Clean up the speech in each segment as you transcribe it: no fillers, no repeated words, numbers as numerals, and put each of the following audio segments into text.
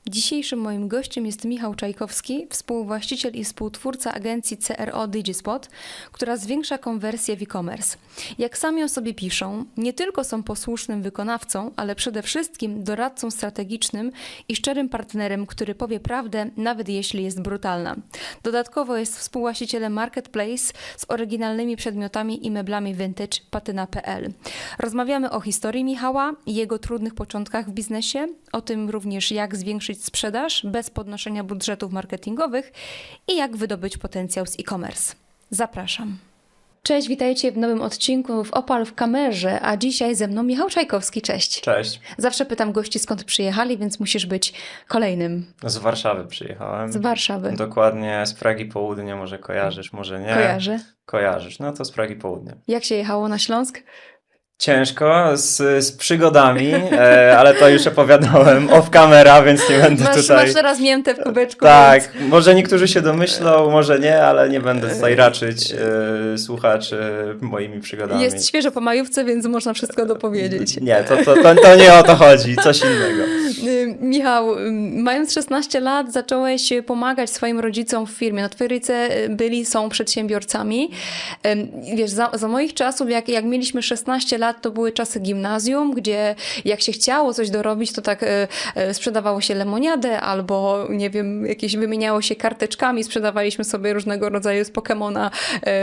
Dzisiejszym moim gościem jest Michał Czajkowski, współwłaściciel i współtwórca agencji CRO Digispot, która zwiększa konwersję w e-commerce. Jak sami o sobie piszą, nie tylko są posłusznym wykonawcą, ale przede wszystkim doradcą strategicznym i szczerym partnerem, który powie prawdę, nawet jeśli jest brutalna. Dodatkowo jest współwłaścicielem Marketplace z oryginalnymi przedmiotami i meblami vintage patyna.pl. Rozmawiamy o historii Michała i jego trudnych początkach w biznesie, o tym również jak zwiększyć sprzedaż bez podnoszenia budżetów marketingowych i jak wydobyć potencjał z e-commerce. Zapraszam. Cześć, witajcie w nowym odcinku w Opal w kamerze, a dzisiaj ze mną Michał Czajkowski. Cześć. Cześć. Zawsze pytam gości, skąd przyjechali, więc musisz być kolejnym. Z Warszawy przyjechałem. Z Warszawy. Dokładnie z Pragi Południa, może kojarzysz, może nie. Kojarzę. Kojarzysz, no to z Pragi Południa. Jak się jechało na Śląsk? Ciężko, z przygodami, ale to już opowiadałem off camera, więc nie będę tutaj... Masz teraz miętę w kubeczku. Tak, więc... może niektórzy się domyślą, może nie, ale nie będę tutaj raczyć słuchaczy moimi przygodami. Jest świeżo po majówce, więc można wszystko dopowiedzieć. Nie, to nie o to chodzi, coś innego. Michał, mając 16 lat zacząłeś pomagać swoim rodzicom w firmie. No, twoi rodzice są przedsiębiorcami. Wiesz, za moich czasów, jak mieliśmy 16 lat, to były czasy gimnazjum, gdzie jak się chciało coś dorobić, to tak sprzedawało się lemoniadę albo, nie wiem, jakieś wymieniało się karteczkami, sprzedawaliśmy sobie różnego rodzaju z Pokemona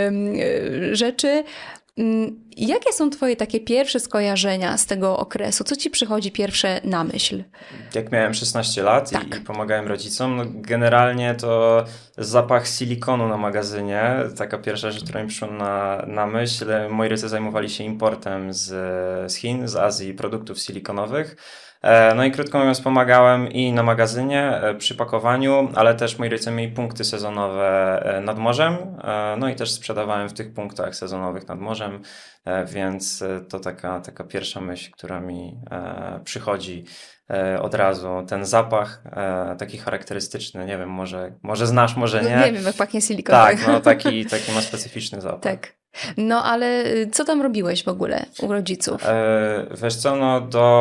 rzeczy. Jakie są twoje takie pierwsze skojarzenia z tego okresu? Co ci przychodzi pierwsze na myśl? Jak miałem 16 lat tak. i pomagałem rodzicom, no generalnie to zapach silikonu na magazynie, taka pierwsza rzecz, która mi przyszła na myśl. Moi rodzice zajmowali się importem z Chin, z Azji produktów silikonowych. No i krótko mówiąc pomagałem i na magazynie przy pakowaniu, ale też moi rodzice mieli punkty sezonowe nad morzem, no i też sprzedawałem w tych punktach sezonowych nad morzem, więc to taka pierwsza myśl, która mi przychodzi od razu. Ten zapach taki charakterystyczny, nie wiem, może znasz, może nie. Nie wiem, jak pachnie silikon. Tak, no taki ma specyficzny zapach. Tak. No ale co tam robiłeś w ogóle u rodziców? Wiesz co, no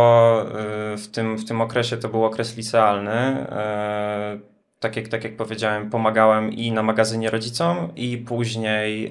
w tym okresie to był okres licealny. Tak jak powiedziałem, pomagałem i na magazynie rodzicom i później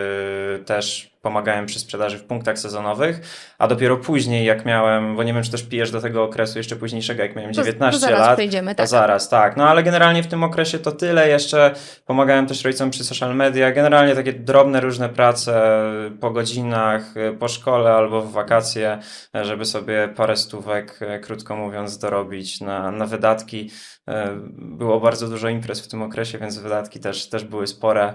też pomagałem przy sprzedaży w punktach sezonowych, a dopiero później jak miałem, bo nie wiem czy też pijesz do tego okresu jeszcze późniejszego, jak miałem 19 to zaraz lat. Przejdziemy, tak. To zaraz, tak. No ale generalnie w tym okresie to tyle. Jeszcze pomagałem też rodzicom przy social media. Generalnie takie drobne różne prace po godzinach, po szkole albo w wakacje, żeby sobie parę stówek, krótko mówiąc, dorobić na wydatki. Było bardzo dużo imprez w tym okresie, więc wydatki też były spore.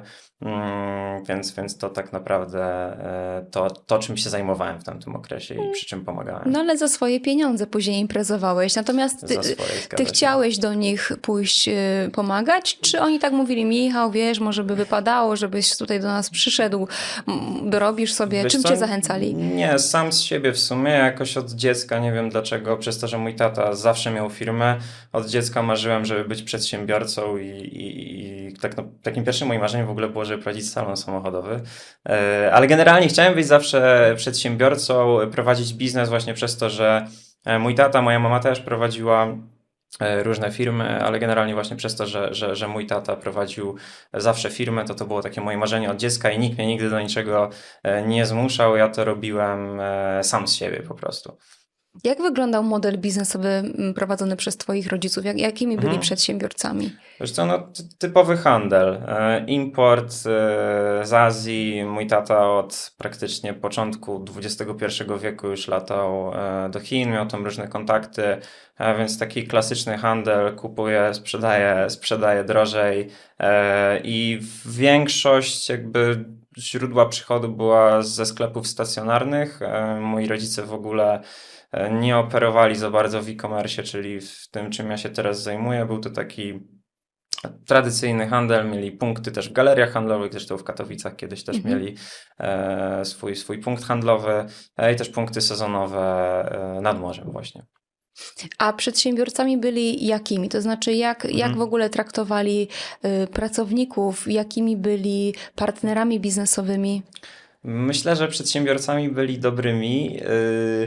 Więc to tak naprawdę to, czym się zajmowałem w tamtym okresie i przy czym pomagałem. No ale za swoje pieniądze później imprezowałeś. Natomiast ty chciałeś do nich pójść pomagać? Czy oni tak mówili, Michał, wiesz, może by wypadało, żebyś tutaj do nas przyszedł, dorobisz sobie? Wiesz czym co? cię zachęcali? Nie, sam z siebie w sumie. Jakoś od dziecka, nie wiem dlaczego, przez to, że mój tata zawsze miał firmę, od dziecka marzyłem, żeby być przedsiębiorcą i takim pierwszym moim marzeniem w ogóle było, żeby prowadzić salon samochodowy. Ale generalnie chciałem być zawsze przedsiębiorcą, prowadzić biznes właśnie przez to, że mój tata, moja mama też prowadziła różne firmy, ale generalnie właśnie przez to, że mój tata prowadził zawsze firmę, to było takie moje marzenie od dziecka i nikt mnie nigdy do niczego nie zmuszał. Ja to robiłem sam z siebie po prostu. Jak wyglądał model biznesowy prowadzony przez twoich rodziców? Jakimi byli przedsiębiorcami? Wiesz co, no typowy handel. Import z Azji. Mój tata od praktycznie początku XXI wieku już latał do Chin, miał tam różne kontakty, więc taki klasyczny handel, kupuje, sprzedaje drożej i większość jakby źródła przychodu była ze sklepów stacjonarnych. Moi rodzice w ogóle nie operowali za bardzo w e-commerce, czyli w tym, czym ja się teraz zajmuję. Był to taki tradycyjny handel, mieli punkty też w galeriach handlowych, zresztą w Katowicach kiedyś też mieli swój punkt handlowy i też punkty sezonowe nad morzem właśnie. A przedsiębiorcami byli jakimi? To znaczy jak w ogóle traktowali pracowników, jakimi byli partnerami biznesowymi? Myślę, że przedsiębiorcami byli dobrymi.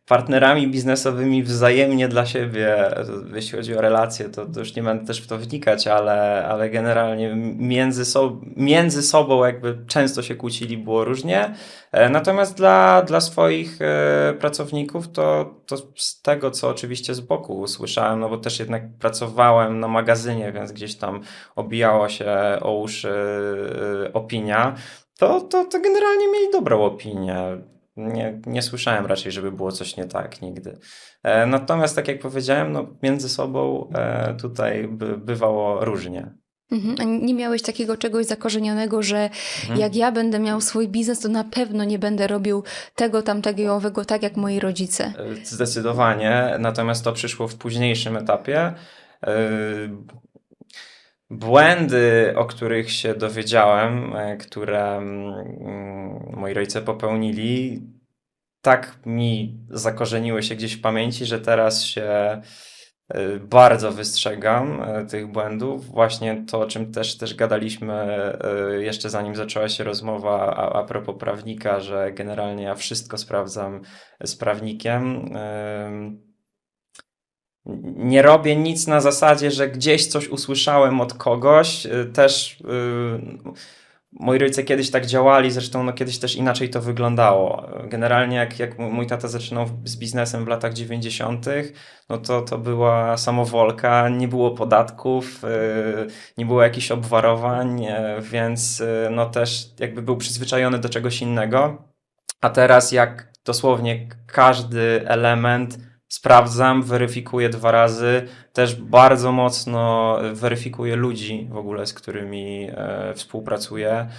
partnerami biznesowymi wzajemnie dla siebie, jeśli chodzi o relacje, to już nie będę też w to wnikać, ale generalnie między sobą jakby często się kłócili, było różnie. Natomiast dla swoich pracowników to z tego, co oczywiście z boku słyszałem, no bo też jednak pracowałem na magazynie, więc gdzieś tam obijała się o uszy opinia, to generalnie mieli dobrą opinię. Nie słyszałem raczej, żeby było coś nie tak nigdy. Natomiast tak jak powiedziałem, no między sobą tutaj bywało różnie. A nie miałeś takiego czegoś zakorzenionego, że jak ja będę miał swój biznes, to na pewno nie będę robił tego, tamtego i owego tak jak moi rodzice? Zdecydowanie, natomiast to przyszło w późniejszym etapie. Błędy, o których się dowiedziałem, które moi rodzice popełnili, tak mi zakorzeniły się gdzieś w pamięci, że teraz się bardzo wystrzegam tych błędów. Właśnie to, o czym też gadaliśmy jeszcze zanim zaczęła się rozmowa a propos prawnika, że generalnie ja wszystko sprawdzam z prawnikiem. Nie robię nic na zasadzie, że gdzieś coś usłyszałem od kogoś. Też moi rodzice kiedyś tak działali, zresztą no kiedyś też inaczej to wyglądało. Generalnie jak mój tata zaczynał z biznesem w latach 90., no to była samowolka, nie było podatków, nie było jakichś obwarowań, więc no też jakby był przyzwyczajony do czegoś innego. A teraz jak dosłownie każdy element sprawdzam, weryfikuję 2 razy, też bardzo mocno weryfikuję ludzi w ogóle, z którymi współpracuję,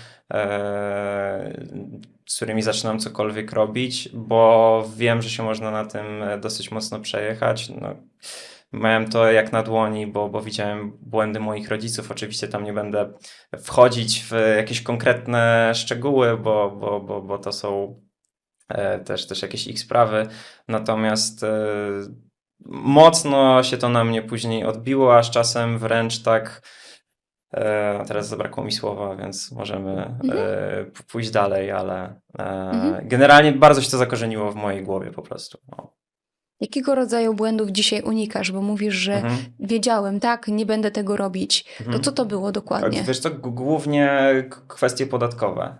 z którymi zaczynam cokolwiek robić, bo wiem, że się można na tym dosyć mocno przejechać. No, miałem to jak na dłoni, bo widziałem błędy moich rodziców. Oczywiście tam nie będę wchodzić w jakieś konkretne szczegóły, bo to są też jakieś ich sprawy, natomiast mocno się to na mnie później odbiło, aż czasem wręcz tak, teraz zabrakło mi słowa, więc możemy pójść dalej, ale generalnie bardzo się to zakorzeniło w mojej głowie po prostu. No. Jakiego rodzaju błędów dzisiaj unikasz? Bo mówisz, że wiedziałem, tak, nie będę tego robić. To co to było dokładnie? Wiesz co, głównie kwestie podatkowe,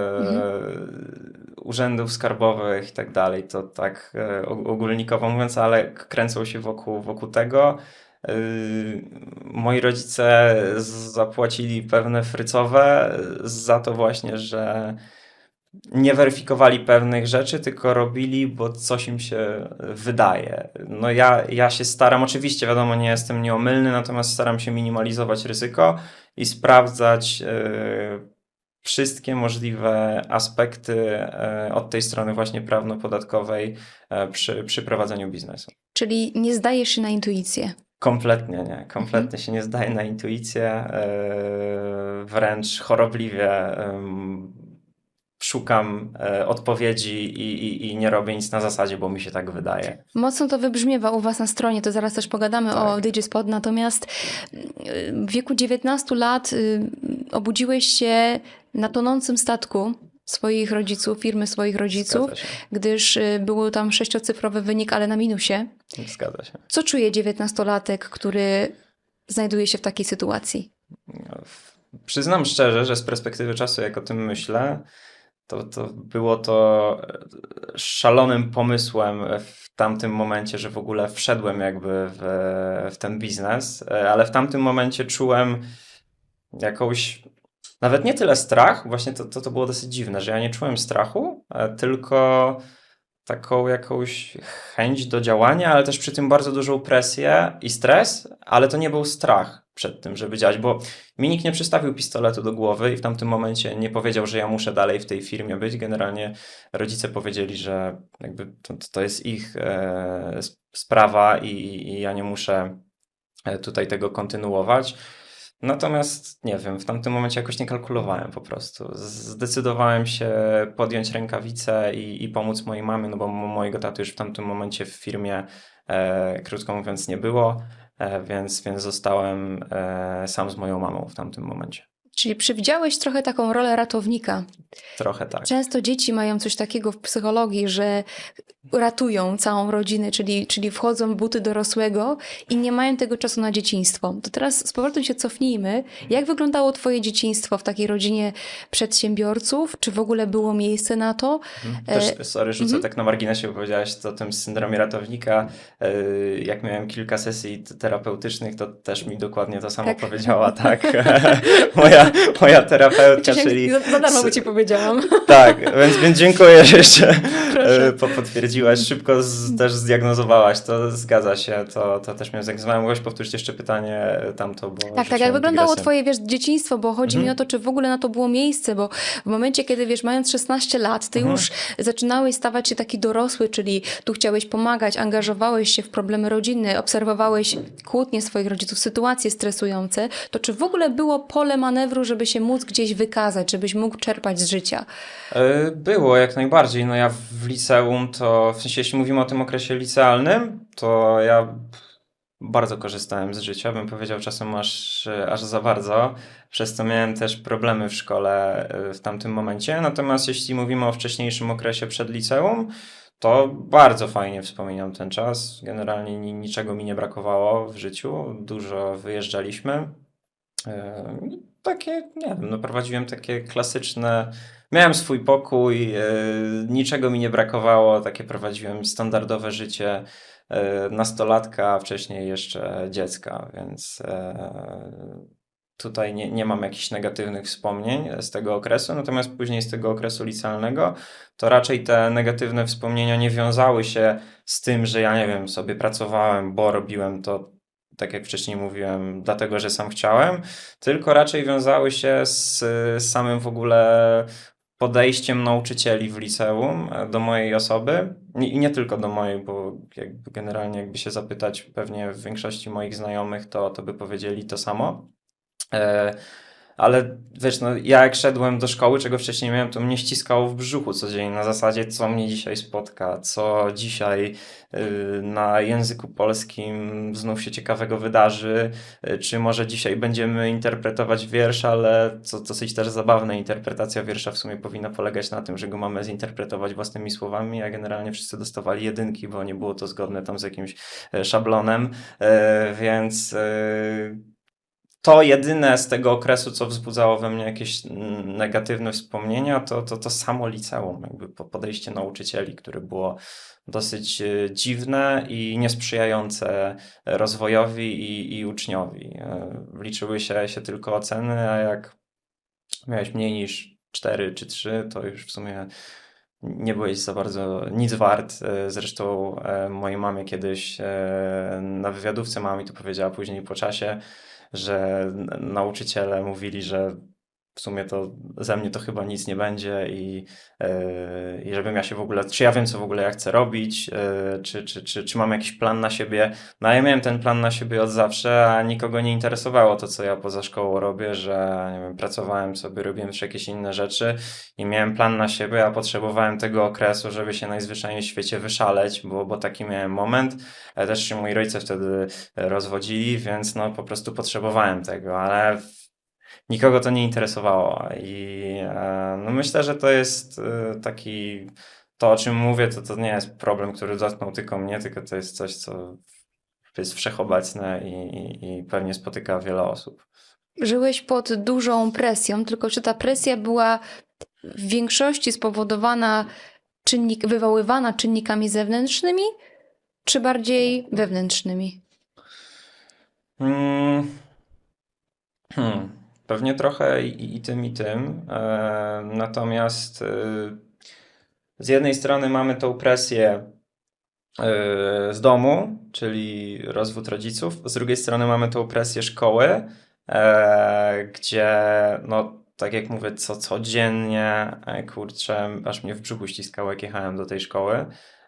urzędów skarbowych i tak dalej, to tak ogólnikowo mówiąc, ale kręcą się wokół tego. Moi rodzice zapłacili pewne frycowe za to właśnie, że nie weryfikowali pewnych rzeczy, tylko robili, bo coś im się wydaje. No ja się staram, oczywiście wiadomo, nie jestem nieomylny, natomiast staram się minimalizować ryzyko i sprawdzać wszystkie możliwe aspekty od tej strony właśnie prawno-podatkowej przy prowadzeniu biznesu. Czyli nie zdajesz się na intuicję? Kompletnie nie. Kompletnie się nie zdaję na intuicję. Wręcz chorobliwie szukam odpowiedzi i nie robię nic na zasadzie, bo mi się tak wydaje. Mocno to wybrzmiewa u was na stronie, to zaraz też pogadamy o Digispot, natomiast w wieku 19 lat obudziłeś się na tonącym statku swoich rodziców, firmy swoich rodziców, gdyż był tam 6-cyfrowy wynik, ale na minusie. Zgadza się. Co czuje 19-latek, który znajduje się w takiej sytuacji? Przyznam szczerze, że z perspektywy czasu, jak o tym myślę, to było to szalonym pomysłem w tamtym momencie, że w ogóle wszedłem jakby w ten biznes, ale w tamtym momencie czułem jakąś, nawet nie tyle strach, właśnie to było dosyć dziwne, że ja nie czułem strachu, tylko taką jakąś chęć do działania, ale też przy tym bardzo dużą presję i stres, ale to nie był strach przed tym, żeby działać, bo mi nikt nie przystawił pistoletu do głowy i w tamtym momencie nie powiedział, że ja muszę dalej w tej firmie być. Generalnie rodzice powiedzieli, że jakby to jest ich sprawa i ja nie muszę tutaj tego kontynuować. Natomiast nie wiem, w tamtym momencie jakoś nie kalkulowałem po prostu. Zdecydowałem się podjąć rękawice i pomóc mojej mamie, no bo mojego taty już w tamtym momencie w firmie, krótko mówiąc, nie było, więc zostałem sam z moją mamą w tamtym momencie. Czyli przewidziałeś trochę taką rolę ratownika. Trochę tak. Często dzieci mają coś takiego w psychologii, że ratują całą rodzinę, czyli wchodzą w buty dorosłego i nie mają tego czasu na dzieciństwo. To teraz z powrotem się cofnijmy. Jak wyglądało twoje dzieciństwo w takiej rodzinie przedsiębiorców? Czy w ogóle było miejsce na to? Też, sorry, rzucę tak na marginesie, bo powiedziałaś o tym syndromie ratownika. Jak miałem kilka sesji terapeutycznych, to też mi dokładnie to samo powiedziała, tak. moja terapeutka, czyli... Za darmo by ci powiedziałam. Tak, więc dziękuję, że jeszcze potwierdziłaś, szybko też zdiagnozowałaś, to zgadza się, to też miałem zdiagnozowane. Mogłaś powtórzyć jeszcze pytanie tamto, bo... Tak, jak wyglądało twoje, dzieciństwo, bo chodzi mi o to, czy w ogóle na to było miejsce, bo w momencie, kiedy, mając 16 lat, ty już zaczynałeś stawać się taki dorosły, czyli tu chciałeś pomagać, angażowałeś się w problemy rodzinne, obserwowałeś kłótnie swoich rodziców, sytuacje stresujące, to czy w ogóle było pole manewru, żeby się móc gdzieś wykazać, żebyś mógł czerpać z życia? Było, jak najbardziej. No ja w liceum to, w sensie jeśli mówimy o tym okresie licealnym, to ja bardzo korzystałem z życia, bym powiedział czasem aż za bardzo, przez co miałem też problemy w szkole w tamtym momencie. Natomiast jeśli mówimy o wcześniejszym okresie przed liceum, to bardzo fajnie wspominam ten czas. Generalnie niczego mi nie brakowało w życiu, dużo wyjeżdżaliśmy. Takie, nie wiem, no prowadziłem takie klasyczne, miałem swój pokój, niczego mi nie brakowało, takie prowadziłem standardowe życie nastolatka, a wcześniej jeszcze dziecka, więc tutaj nie mam jakichś negatywnych wspomnień z tego okresu, natomiast później z tego okresu licealnego to raczej te negatywne wspomnienia nie wiązały się z tym, że ja nie wiem, sobie pracowałem, bo robiłem to, tak jak wcześniej mówiłem, dlatego, że sam chciałem, tylko raczej wiązały się z samym w ogóle podejściem nauczycieli w liceum do mojej osoby i nie tylko do mojej, bo jakby generalnie jakby się zapytać pewnie w większości moich znajomych, to by powiedzieli to samo. Ale wiesz, no ja jak szedłem do szkoły, czego wcześniej miałem, to mnie ściskało w brzuchu codziennie na zasadzie, co mnie dzisiaj spotka, co dzisiaj na języku polskim znów się ciekawego wydarzy, czy może dzisiaj będziemy interpretować wiersz, ale co dosyć też zabawne, interpretacja wiersza w sumie powinna polegać na tym, że go mamy zinterpretować własnymi słowami, a generalnie wszyscy dostawali jedynki, bo nie było to zgodne tam z jakimś szablonem, więc... To jedyne z tego okresu, co wzbudzało we mnie jakieś negatywne wspomnienia, to samo liceum, jakby podejście nauczycieli, które było dosyć dziwne i niesprzyjające rozwojowi i uczniowi. Liczyły się tylko oceny, a jak miałeś mniej niż 4 czy 3, to już w sumie nie byłeś za bardzo nic wart. Zresztą mojej mamie kiedyś na wywiadówce mama mi to powiedziała później po czasie, że nauczyciele mówili, że w sumie to ze mnie to chyba nic nie będzie i żebym ja się w ogóle, czy ja wiem co w ogóle ja chcę robić, czy mam jakiś plan na siebie. No ja miałem ten plan na siebie od zawsze, a nikogo nie interesowało to, co ja poza szkołą robię, że nie wiem, pracowałem sobie, robiłem też jakieś inne rzeczy i miałem plan na siebie, a potrzebowałem tego okresu, żeby się najzwyczajniej w świecie wyszaleć, bo taki miałem moment. Też się moi rodzice wtedy rozwodzili, więc no po prostu potrzebowałem tego, ale nikogo to nie interesowało i no myślę, że to jest taki, to o czym mówię, to nie jest problem, który dotknął tylko mnie, tylko to jest coś, co jest wszechobecne i pewnie spotyka wiele osób. Żyłeś pod dużą presją, tylko czy ta presja była w większości spowodowana, wywoływana czynnikami zewnętrznymi, czy bardziej wewnętrznymi? Pewnie trochę i tym, i tym. Natomiast z jednej strony mamy tą presję z domu, czyli rozwód rodziców. Z drugiej strony mamy tą presję szkoły, gdzie no tak jak mówię, codziennie, kurczę, aż mnie w brzuchu ściskało, jak jechałem do tej szkoły.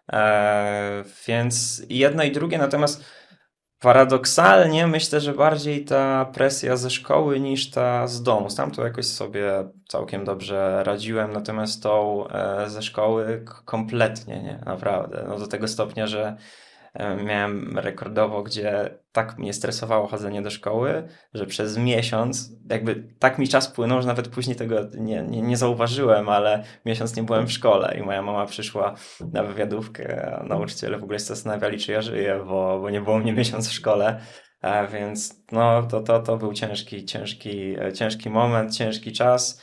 Więc i jedno i drugie, natomiast paradoksalnie myślę, że bardziej ta presja ze szkoły niż ta z domu. Tam to jakoś sobie całkiem dobrze radziłem, natomiast tą ze szkoły kompletnie nie, naprawdę. No do tego stopnia, że miałem rekordowo, gdzie tak mnie stresowało chodzenie do szkoły, że przez miesiąc jakby tak mi czas płynął, że nawet później tego nie zauważyłem, ale miesiąc nie byłem w szkole i moja mama przyszła na wywiadówkę, a nauczyciele w ogóle się zastanawiali, czy ja żyję, bo nie było mnie miesiąc w szkole. Więc no, to był ciężki moment, ciężki czas,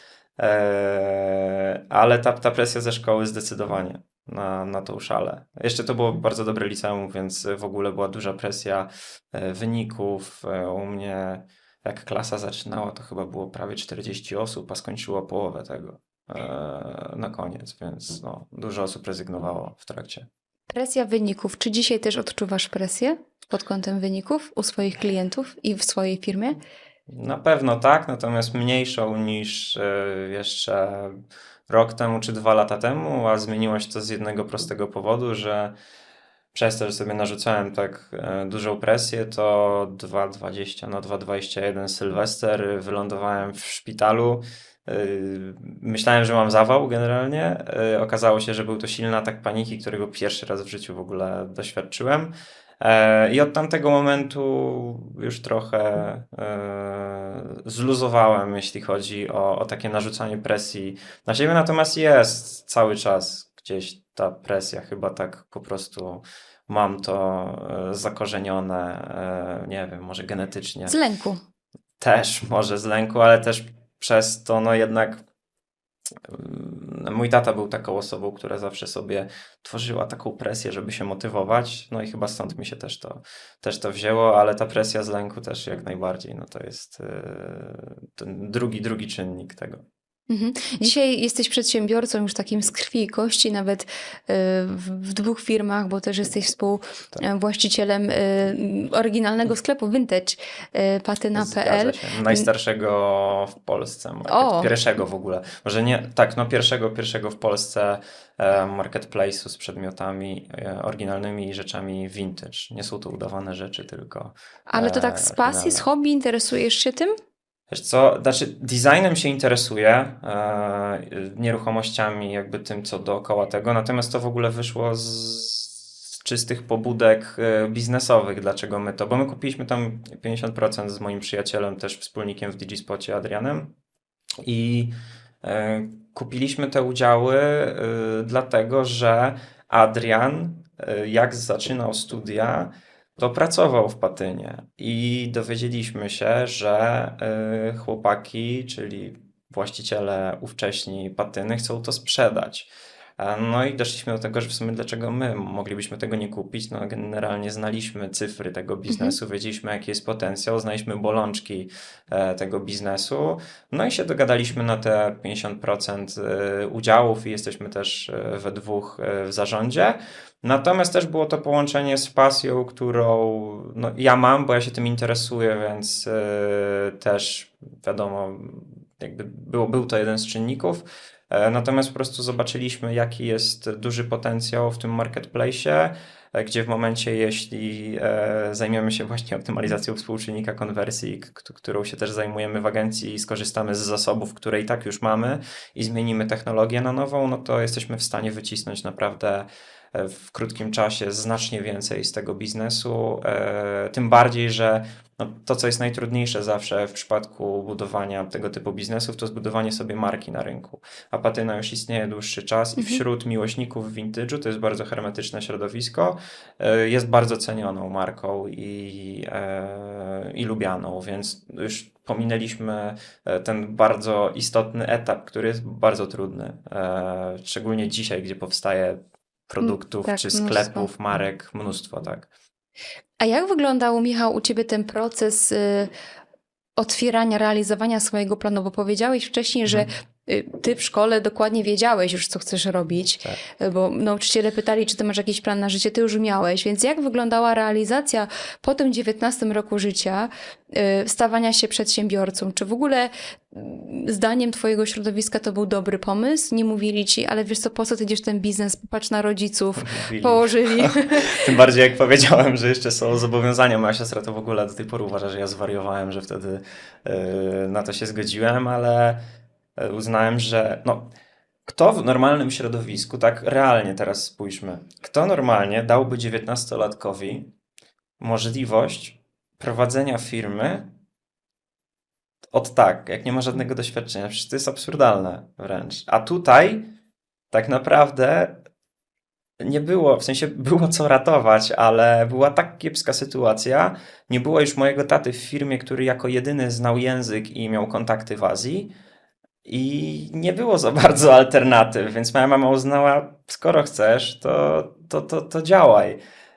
ale ta presja ze szkoły zdecydowanie na tą szalę. Jeszcze to było bardzo dobre liceum, więc w ogóle była duża presja wyników. U mnie jak klasa zaczynała, to chyba było prawie 40 osób, a skończyło połowę tego na koniec, więc no, dużo osób rezygnowało w trakcie. Presja wyników. Czy dzisiaj też odczuwasz presję pod kątem wyników u swoich klientów i w swojej firmie? Na pewno tak, natomiast mniejszą niż jeszcze rok temu czy 2 lata temu, a zmieniło się to z jednego prostego powodu, że przez to, że sobie narzucałem tak dużą presję, to 2,20 na 2,21 Sylwester wylądowałem w szpitalu. Myślałem, że mam zawał generalnie. Okazało się, że był to silny atak paniki, którego pierwszy raz w życiu w ogóle doświadczyłem. I od tamtego momentu już trochę zluzowałem, jeśli chodzi o takie narzucanie presji na siebie, natomiast jest cały czas gdzieś ta presja, chyba tak po prostu mam to zakorzenione, nie wiem, może genetycznie. Z lęku. Też może z lęku, ale też przez to no jednak mój tata był taką osobą, która zawsze sobie tworzyła taką presję, żeby się motywować, no i chyba stąd mi się też to wzięło, ale ta presja z lęku też jak najbardziej, no to jest ten drugi czynnik tego. Dzisiaj jesteś przedsiębiorcą już takim z krwi i kości, nawet w 2 firmach, bo też jesteś współwłaścicielem oryginalnego sklepu Vintage, patyna.pl. Najstarszego w Polsce, pierwszego w ogóle. Może nie, tak, no pierwszego w Polsce marketplace'u z przedmiotami oryginalnymi i rzeczami vintage. Nie są to udawane rzeczy, tylko Ale to tak z pasji, z hobby interesujesz się tym? Wiesz co, znaczy designem się interesuję, nieruchomościami, jakby tym, co dookoła tego, natomiast to w ogóle wyszło z czystych pobudek biznesowych. Dlaczego my to? Bo my kupiliśmy tam 50% z moim przyjacielem, też wspólnikiem w Digispocie, Adrianem i kupiliśmy te udziały dlatego, że Adrian, jak zaczynał studia, to pracował w Patynie i dowiedzieliśmy się, że chłopaki, czyli właściciele ówcześni Patyny, chcą to sprzedać. No i doszliśmy do tego, że w sumie dlaczego my moglibyśmy tego nie kupić? No generalnie znaliśmy cyfry tego biznesu, wiedzieliśmy jaki jest potencjał, znaliśmy bolączki tego biznesu, no i się dogadaliśmy na te 50% udziałów i jesteśmy też we 2 w zarządzie. Natomiast też było to połączenie z pasją, którą no, ja mam, bo ja się tym interesuję, więc też wiadomo, jakby był to jeden z czynników. Natomiast po prostu zobaczyliśmy, jaki jest duży potencjał w tym marketplace'ie, gdzie w momencie, jeśli zajmiemy się właśnie optymalizacją współczynnika konwersji, którą się też zajmujemy w agencji i skorzystamy z zasobów, które i tak już mamy i zmienimy technologię na nową, no to jesteśmy w stanie wycisnąć naprawdę w krótkim czasie znacznie więcej z tego biznesu, tym bardziej, że no, to, co jest najtrudniejsze zawsze w przypadku budowania tego typu biznesów, to zbudowanie sobie marki na rynku. A Patyna już istnieje dłuższy czas i wśród miłośników vintage'u, to jest bardzo hermetyczne środowisko, jest bardzo cenioną marką i lubianą, więc już pominęliśmy ten bardzo istotny etap, który jest bardzo trudny, szczególnie dzisiaj, gdzie powstaje produktów tak, czy sklepów, marek, mnóstwo, tak. A jak wyglądał, Michał, u Ciebie ten proces otwierania, realizowania swojego planu? Bo powiedziałeś wcześniej, że Ty w szkole dokładnie wiedziałeś już, co chcesz robić, bo nauczyciele pytali, czy Ty masz jakiś plan na życie, Ty już miałeś. Więc jak wyglądała realizacja po tym 19 roku życia, stawania się przedsiębiorcą? Czy w ogóle zdaniem Twojego środowiska to był dobry pomysł? Nie mówili Ci, ale wiesz co, po co Ty idziesz w ten biznes? Popatrz na rodziców, położyli. Tym bardziej jak powiedziałem, że jeszcze są zobowiązania. Moja siostra to w ogóle do tej pory uważa, że ja zwariowałem, że wtedy na to się zgodziłem, ale uznałem, że no, Kto w normalnym środowisku, tak realnie teraz spójrzmy, kto normalnie dałby 19-latkowi możliwość prowadzenia firmy od tak, jak nie ma żadnego doświadczenia? Przecież to jest absurdalne wręcz. A tutaj tak naprawdę nie było, w sensie było co ratować, ale była tak kiepska sytuacja. Nie było już mojego taty w firmie, który jako jedyny znał język i miał kontakty w Azji. I nie było za bardzo alternatyw, więc moja mama uznała, skoro chcesz, to działaj.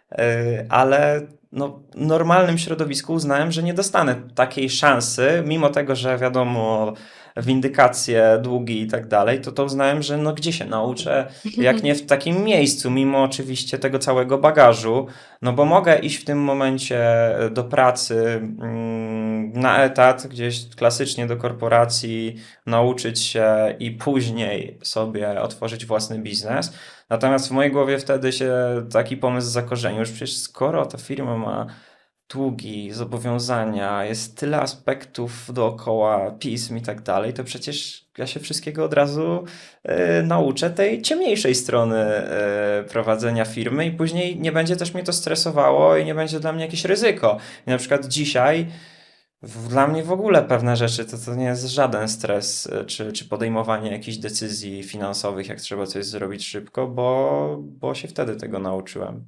Ale no, w normalnym środowisku uznałem, że nie dostanę takiej szansy, mimo tego, że wiadomo, windykacje, długi i tak dalej, to uznałem, że no gdzie się nauczę, jak nie w takim miejscu, mimo oczywiście tego całego bagażu, no bo mogę iść w tym momencie do pracy na etat, gdzieś klasycznie do korporacji, nauczyć się i później sobie otworzyć własny biznes. Natomiast w mojej głowie wtedy się taki pomysł zakorzenił, już przecież skoro ta firma ma długi, zobowiązania, jest tyle aspektów dookoła, pism i tak dalej, to przecież ja się wszystkiego od razu nauczę tej ciemniejszej strony prowadzenia firmy i później nie będzie też mnie to stresowało i nie będzie dla mnie jakieś ryzyko. I na przykład dzisiaj dla mnie w ogóle pewne rzeczy to nie jest żaden stres, czy podejmowanie jakichś decyzji finansowych, jak trzeba coś zrobić szybko, bo się wtedy tego nauczyłem.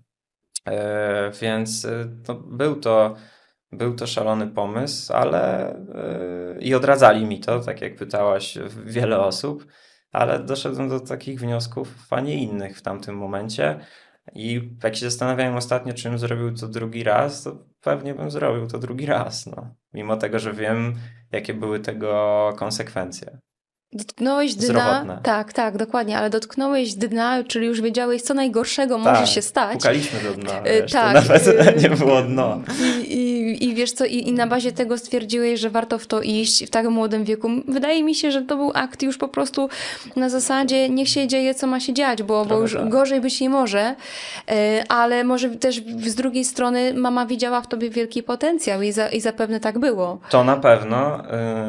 Więc no, był to szalony pomysł, ale i odradzali mi to, tak jak pytałaś, wiele osób, ale doszedłem do takich wniosków, a nie innych w tamtym momencie. I jak się zastanawiałem ostatnio, czym zrobił to drugi raz, to pewnie bym zrobił to drugi raz, no. Mimo tego, że wiem, jakie były tego konsekwencje. Dotknąłeś dna, Zdrowotne. tak, dokładnie, ale dotknąłeś dna, czyli już wiedziałeś, co najgorszego może się stać. Pukaliśmy do dna, wiesz, tak. To nawet nie było dno. I wiesz co, i na bazie tego stwierdziłeś, że warto w to iść w tak młodym wieku. Wydaje mi się, że to był akt już po prostu na zasadzie niech się dzieje, co ma się dziać, bo już tak. gorzej być nie może, ale może też z drugiej strony mama widziała w tobie wielki potencjał i zapewne tak było. To na pewno,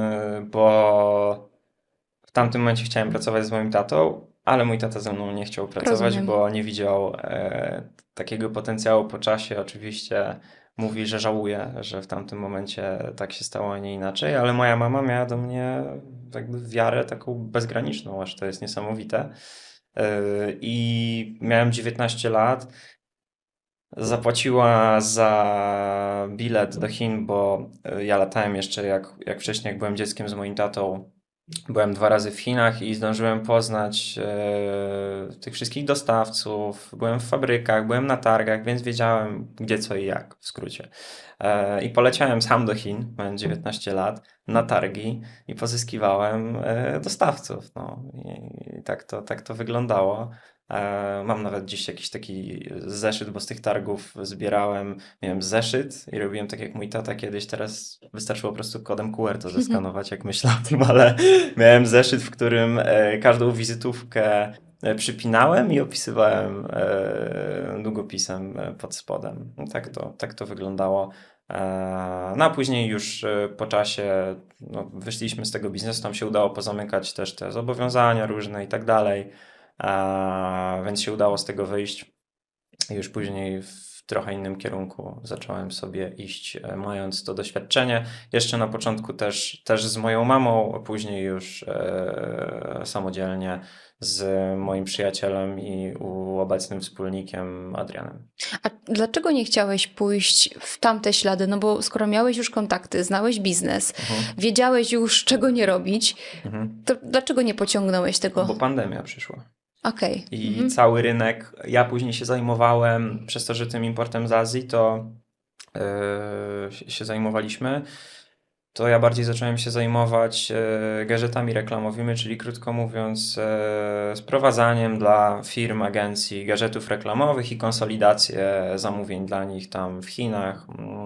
bo w tamtym momencie chciałem pracować z moim tatą, ale mój tata ze mną nie chciał pracować, Rozumiem. bo nie widział takiego potencjału po czasie. Oczywiście mówi, że żałuje, że w tamtym momencie tak się stało, a nie inaczej, ale moja mama miała do mnie jakby wiarę taką bezgraniczną, aż to jest niesamowite. I miałem 19 lat. Zapłaciła za bilet do Chin, bo ja latałem jeszcze jak wcześniej, jak byłem dzieckiem z moim tatą. Byłem 2 razy w Chinach i zdążyłem poznać tych wszystkich dostawców. Byłem w fabrykach, byłem na targach, więc wiedziałem gdzie, co i jak, w skrócie. I poleciałem sam do Chin, mając 19 lat, na targi i pozyskiwałem dostawców. No. I tak to wyglądało. Mam nawet dziś jakiś taki zeszyt, bo z tych targów zbierałem, miałem zeszyt i robiłem tak jak mój tata kiedyś, teraz wystarczyło po prostu kodem QR to zeskanować, jak myślę o tym, ale miałem zeszyt, w którym każdą wizytówkę przypinałem i opisywałem długopisem pod spodem. No, tak to wyglądało. No a później już po czasie wyszliśmy z tego biznesu, tam się udało pozamykać też te zobowiązania różne i tak dalej. Więc się udało z tego wyjść. Już później w trochę innym kierunku zacząłem sobie iść, mając to doświadczenie. Jeszcze na początku też z moją mamą, później już samodzielnie z moim przyjacielem i obecnym wspólnikiem Adrianem. A dlaczego nie chciałeś pójść w tamte ślady? No bo skoro miałeś już kontakty, znałeś biznes, wiedziałeś już czego nie robić, to dlaczego nie pociągnąłeś tego? Bo pandemia przyszła. Okej. I cały rynek, ja później się zajmowałem, przez to, że tym importem z Azji, to się zajmowaliśmy, to ja bardziej zacząłem się zajmować gadżetami reklamowymi, czyli krótko mówiąc sprowadzaniem dla firm, agencji gadżetów reklamowych i konsolidację zamówień dla nich tam w Chinach,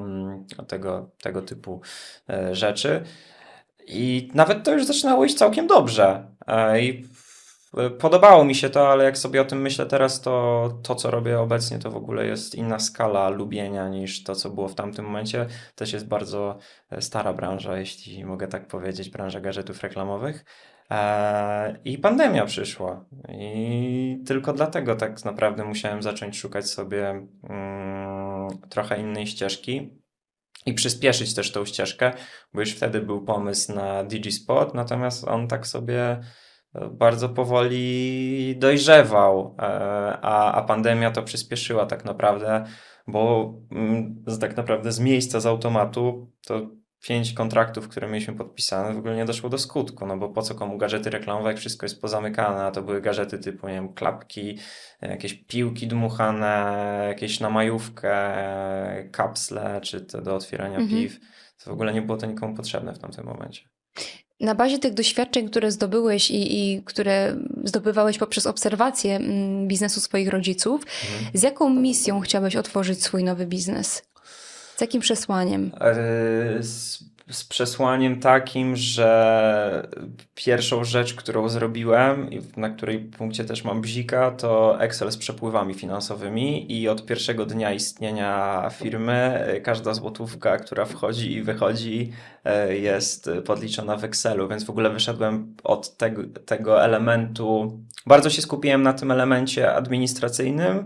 tego typu rzeczy. I nawet to już zaczynało iść całkiem dobrze. I podobało mi się to, ale jak sobie o tym myślę teraz, to co robię obecnie, to w ogóle jest inna skala lubienia niż to, co było w tamtym momencie. Też jest bardzo stara branża, jeśli mogę tak powiedzieć, branża gadżetów reklamowych. I pandemia przyszła. I tylko dlatego tak naprawdę musiałem zacząć szukać sobie trochę innej ścieżki i przyspieszyć też tą ścieżkę, bo już wtedy był pomysł na DigiSpot, natomiast on tak sobie bardzo powoli dojrzewał, a pandemia to przyspieszyła tak naprawdę, bo tak naprawdę z miejsca, z automatu to 5 kontraktów, które mieliśmy podpisane, w ogóle nie doszło do skutku, no bo po co komu gadżety reklamowe, jak wszystko jest pozamykane, a to były gadżety typu, nie wiem, klapki, jakieś piłki dmuchane, jakieś na majówkę, kapsle, czy te do otwierania piw. To w ogóle nie było to nikomu potrzebne w tamtym momencie. Na bazie tych doświadczeń, które zdobyłeś i które zdobywałeś poprzez obserwację biznesu swoich rodziców, z jaką misją chciałeś otworzyć swój nowy biznes? Z jakim przesłaniem? Z przesłaniem takim, że pierwszą rzecz, którą zrobiłem i na której punkcie też mam bzika, to Excel z przepływami finansowymi i od pierwszego dnia istnienia firmy każda złotówka, która wchodzi i wychodzi, jest podliczona w Excelu, więc w ogóle wyszedłem od tego elementu, bardzo się skupiłem na tym elemencie administracyjnym,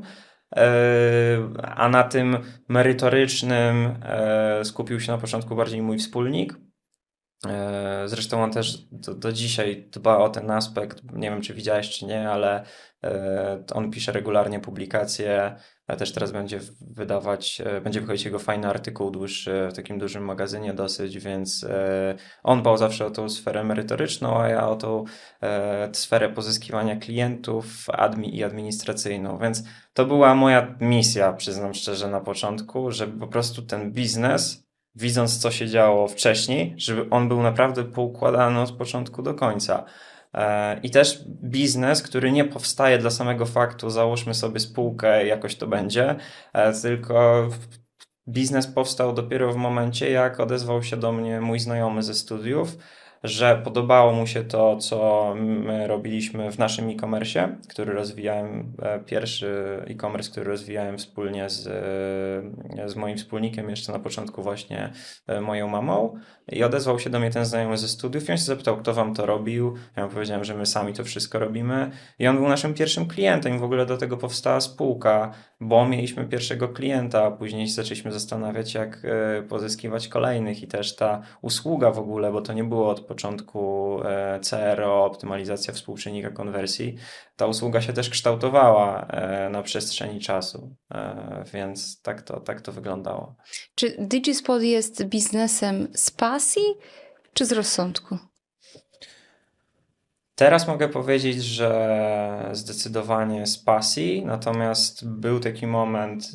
a na tym merytorycznym skupił się na początku bardziej mój wspólnik. Zresztą on też do dzisiaj dba o ten aspekt. Nie wiem, czy widziałeś, czy nie, ale on pisze regularnie publikacje. Też teraz będzie wychodzić jego fajny artykuł dłuższy w takim dużym magazynie dosyć, więc on dbał zawsze o tą sferę merytoryczną, a ja o tą sferę pozyskiwania klientów i administracyjną, więc to była moja misja, przyznam szczerze, na początku, żeby po prostu ten biznes, widząc co się działo wcześniej, żeby on był naprawdę poukładany od początku do końca. I też biznes, który nie powstaje dla samego faktu, załóżmy sobie spółkę, jakoś to będzie, tylko biznes powstał dopiero w momencie, jak odezwał się do mnie mój znajomy ze studiów, że podobało mu się to, co my robiliśmy w naszym e-commerce, który rozwijałem, pierwszy e-commerce, który rozwijałem wspólnie z moim wspólnikiem, jeszcze na początku właśnie moją mamą. I odezwał się do mnie ten znajomy ze studiów i on się zapytał, kto wam to robił. Ja mu powiedziałem, że my sami to wszystko robimy. I on był naszym pierwszym klientem i w ogóle do tego powstała spółka, bo mieliśmy pierwszego klienta, a później zaczęliśmy zastanawiać, jak pozyskiwać kolejnych i też ta usługa w ogóle, bo to nie było od początku CRO, optymalizacja współczynnika konwersji. Ta usługa się też kształtowała na przestrzeni czasu, więc tak to wyglądało. Czy DigiSpot jest biznesem z pasji czy z rozsądku? Teraz mogę powiedzieć, że zdecydowanie z pasji, natomiast był taki moment,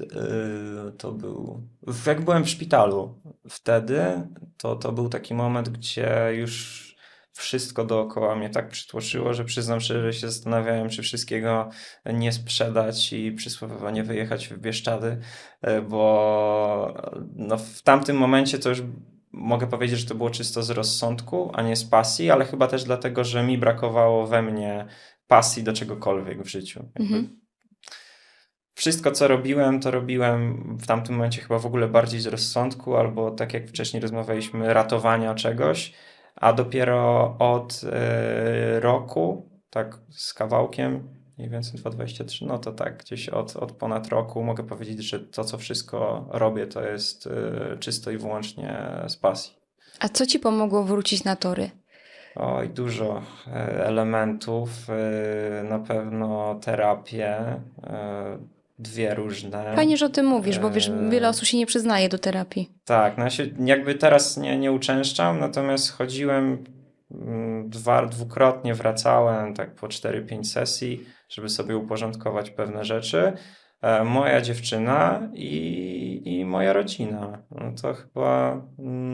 jak byłem w szpitalu wtedy, to był taki moment, gdzie już wszystko dookoła mnie tak przytłoczyło, że przyznam szczerze, że się zastanawiałem, czy wszystkiego nie sprzedać i przysłowiowo nie wyjechać w Bieszczady, bo no, w tamtym momencie to już mogę powiedzieć, że to było czysto z rozsądku, a nie z pasji, ale chyba też dlatego, że mi brakowało we mnie pasji do czegokolwiek w życiu. Wszystko, co robiłem, to robiłem w tamtym momencie chyba w ogóle bardziej z rozsądku, albo tak jak wcześniej rozmawialiśmy, ratowania czegoś, a dopiero od roku, tak z kawałkiem, mniej więcej 2023, no to tak, gdzieś od ponad roku mogę powiedzieć, że to, co wszystko robię, to jest czysto i wyłącznie z pasji. A co ci pomogło wrócić na tory? Oj, dużo elementów, na pewno terapię, 2 różne. Fajnie, że o tym mówisz, bo wiesz, wiele osób się nie przyznaje do terapii. Tak, no ja się jakby teraz nie uczęszczam, natomiast chodziłem dwukrotnie, wracałem tak po 4-5 sesji, żeby sobie uporządkować pewne rzeczy. Moja dziewczyna i moja rodzina. No to chyba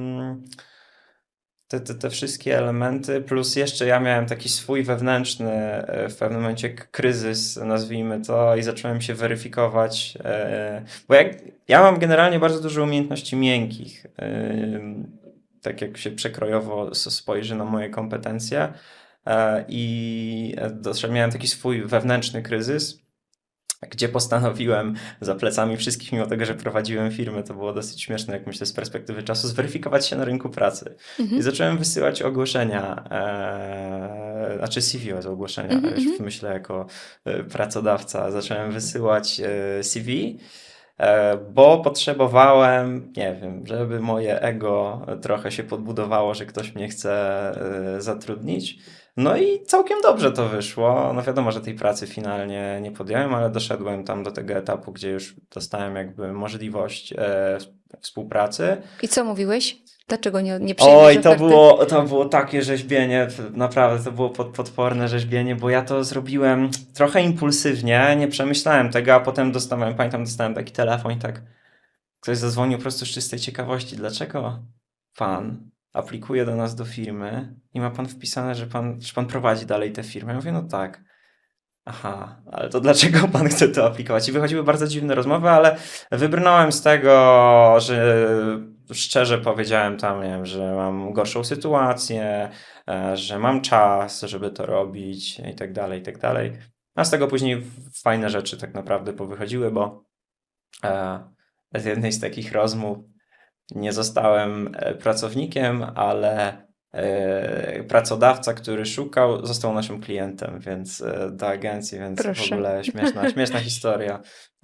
te wszystkie elementy, plus jeszcze ja miałem taki swój wewnętrzny w pewnym momencie kryzys, nazwijmy to, i zacząłem się weryfikować, bo ja mam generalnie bardzo dużo umiejętności miękkich, tak jak się przekrojowo spojrzy na moje kompetencje, i miałem taki swój wewnętrzny kryzys, gdzie postanowiłem za plecami wszystkich, mimo tego, że prowadziłem firmę, to było dosyć śmieszne, jak myślę, z perspektywy czasu, zweryfikować się na rynku pracy. I zacząłem wysyłać ogłoszenia znaczy CV bez ogłoszenia, już w myślę jako pracodawca zacząłem wysyłać CV, bo potrzebowałem, nie wiem, żeby moje ego trochę się podbudowało, że ktoś mnie chce zatrudnić. No i całkiem dobrze to wyszło. No wiadomo, że tej pracy finalnie nie podjąłem, ale doszedłem tam do tego etapu, gdzie już dostałem jakby możliwość współpracy. I co mówiłeś? Dlaczego nie przyjmiesz Oj, oferty? to było takie rzeźbienie, naprawdę to było potworne rzeźbienie, bo ja to zrobiłem trochę impulsywnie, nie przemyślałem tego, a potem dostałem taki telefon i tak ktoś zadzwonił po prostu z czystej ciekawości, dlaczego pan aplikuje do nas do firmy i ma pan wpisane, że pan prowadzi dalej tę firmę? Ja mówię, no tak. Aha, ale to dlaczego pan chce to aplikować? I wychodziły bardzo dziwne rozmowy, ale wybrnąłem z tego, że szczerze powiedziałem tam, nie wiem, że mam gorszą sytuację, że mam czas, żeby to robić i tak dalej, i tak dalej. A z tego później fajne rzeczy tak naprawdę powychodziły, bo z jednej z takich rozmów nie zostałem pracownikiem, ale pracodawca, który szukał, został naszym klientem, więc do agencji, więc Proszę. w ogóle śmieszna historia.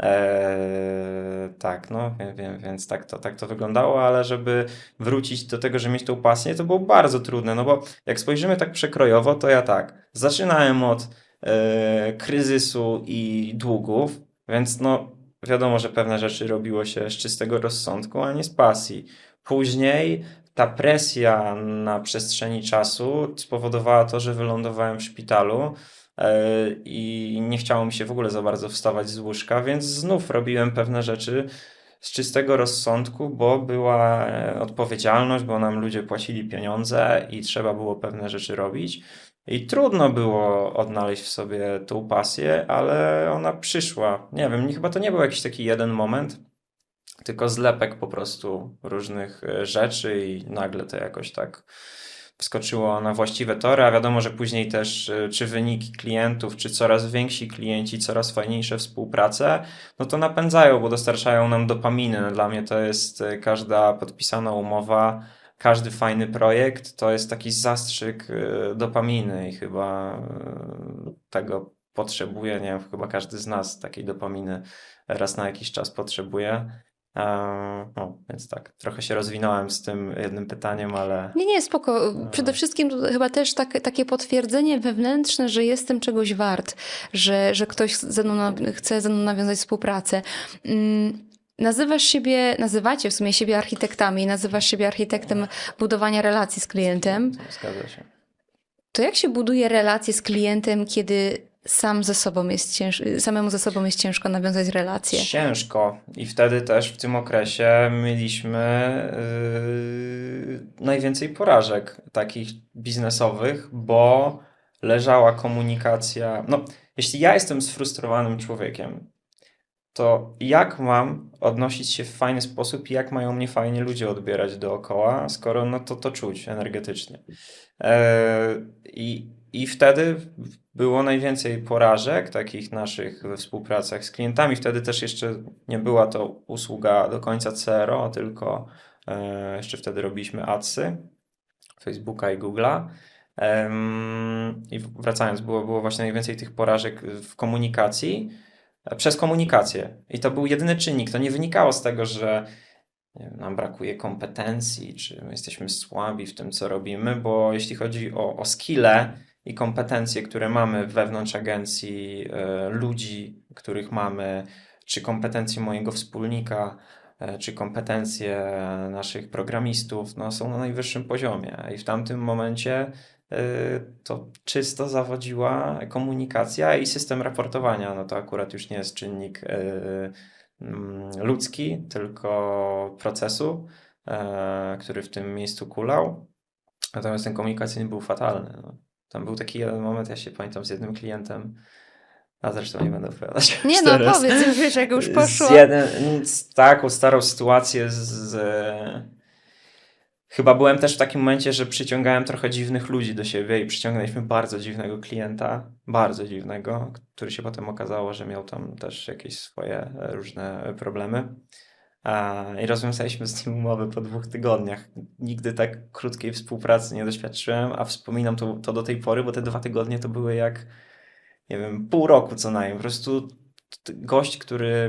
Tak, no, więc tak to wyglądało, ale żeby wrócić do tego, że mieć tą pasję, to było bardzo trudne, no bo jak spojrzymy tak przekrojowo, to ja tak, zaczynałem od kryzysu i długów, więc no wiadomo, że pewne rzeczy robiło się z czystego rozsądku, a nie z pasji. Później ta presja na przestrzeni czasu spowodowała to, że wylądowałem w szpitalu i nie chciało mi się w ogóle za bardzo wstawać z łóżka, więc znów robiłem pewne rzeczy z czystego rozsądku, bo była odpowiedzialność, bo nam ludzie płacili pieniądze i trzeba było pewne rzeczy robić. I trudno było odnaleźć w sobie tą pasję, ale ona przyszła. Nie wiem, chyba to nie był jakiś taki jeden moment, tylko zlepek po prostu różnych rzeczy i nagle to jakoś tak wskoczyło na właściwe tory, a wiadomo, że później też czy wyniki klientów, czy coraz więksi klienci, coraz fajniejsze współprace, no to napędzają, bo dostarczają nam dopaminy. No dla mnie to jest każda podpisana umowa, każdy fajny projekt to jest taki zastrzyk dopaminy i chyba tego potrzebuje, nie wiem, chyba każdy z nas takiej dopaminy raz na jakiś czas potrzebuje. No, więc tak, trochę się rozwinąłem z tym jednym pytaniem, ale... Nie, spoko. Przede wszystkim to chyba też takie potwierdzenie wewnętrzne, że jestem czegoś wart, że ktoś chce ze mną nawiązać współpracę. Nazywacie w sumie siebie architektami, nazywasz siebie architektem budowania relacji z klientem. Zgadza się. To jak się buduje relacje z klientem, kiedy samemu ze sobą jest ciężko nawiązać relacje? Ciężko. I wtedy też w tym okresie mieliśmy najwięcej porażek takich biznesowych, bo leżała komunikacja. No, jeśli ja jestem sfrustrowanym człowiekiem, to jak mam odnosić się w fajny sposób i jak mają mnie fajnie ludzie odbierać dookoła, skoro no to czuć energetycznie. I wtedy było najwięcej porażek takich naszych we współpracach z klientami. Wtedy też jeszcze nie była to usługa do końca CRO, tylko jeszcze wtedy robiliśmy adsy Facebooka i Google'a. I wracając, było właśnie najwięcej tych porażek w komunikacji, przez komunikację. I to był jedyny czynnik. To nie wynikało z tego, że nie wiem, nam brakuje kompetencji, czy my jesteśmy słabi w tym, co robimy, bo jeśli chodzi o skille i kompetencje, które mamy wewnątrz agencji, ludzi, których mamy, czy kompetencje mojego wspólnika, czy kompetencje naszych programistów, no, są na najwyższym poziomie. I w tamtym momencie to czysto zawodziła komunikacja i system raportowania. No to akurat już nie jest czynnik ludzki, tylko procesu, który w tym miejscu kulał. Natomiast ten komunikacyjny był fatalny. No. Tam był taki jeden moment, ja się pamiętam z jednym klientem, a zresztą nie będę opowiadać. Nie no, powiedz, wiesz, jak już poszło. Z taką starą sytuację Chyba byłem też w takim momencie, że przyciągałem trochę dziwnych ludzi do siebie i przyciągnęliśmy bardzo dziwnego klienta, bardzo dziwnego, który się potem okazało, że miał tam też jakieś swoje różne problemy. I rozwiązaliśmy z nim umowę po 2 tygodniach. Nigdy tak krótkiej współpracy nie doświadczyłem, a wspominam to do tej pory, bo te 2 tygodnie to były jak, nie wiem, pół roku co najmniej. Po prostu gość, który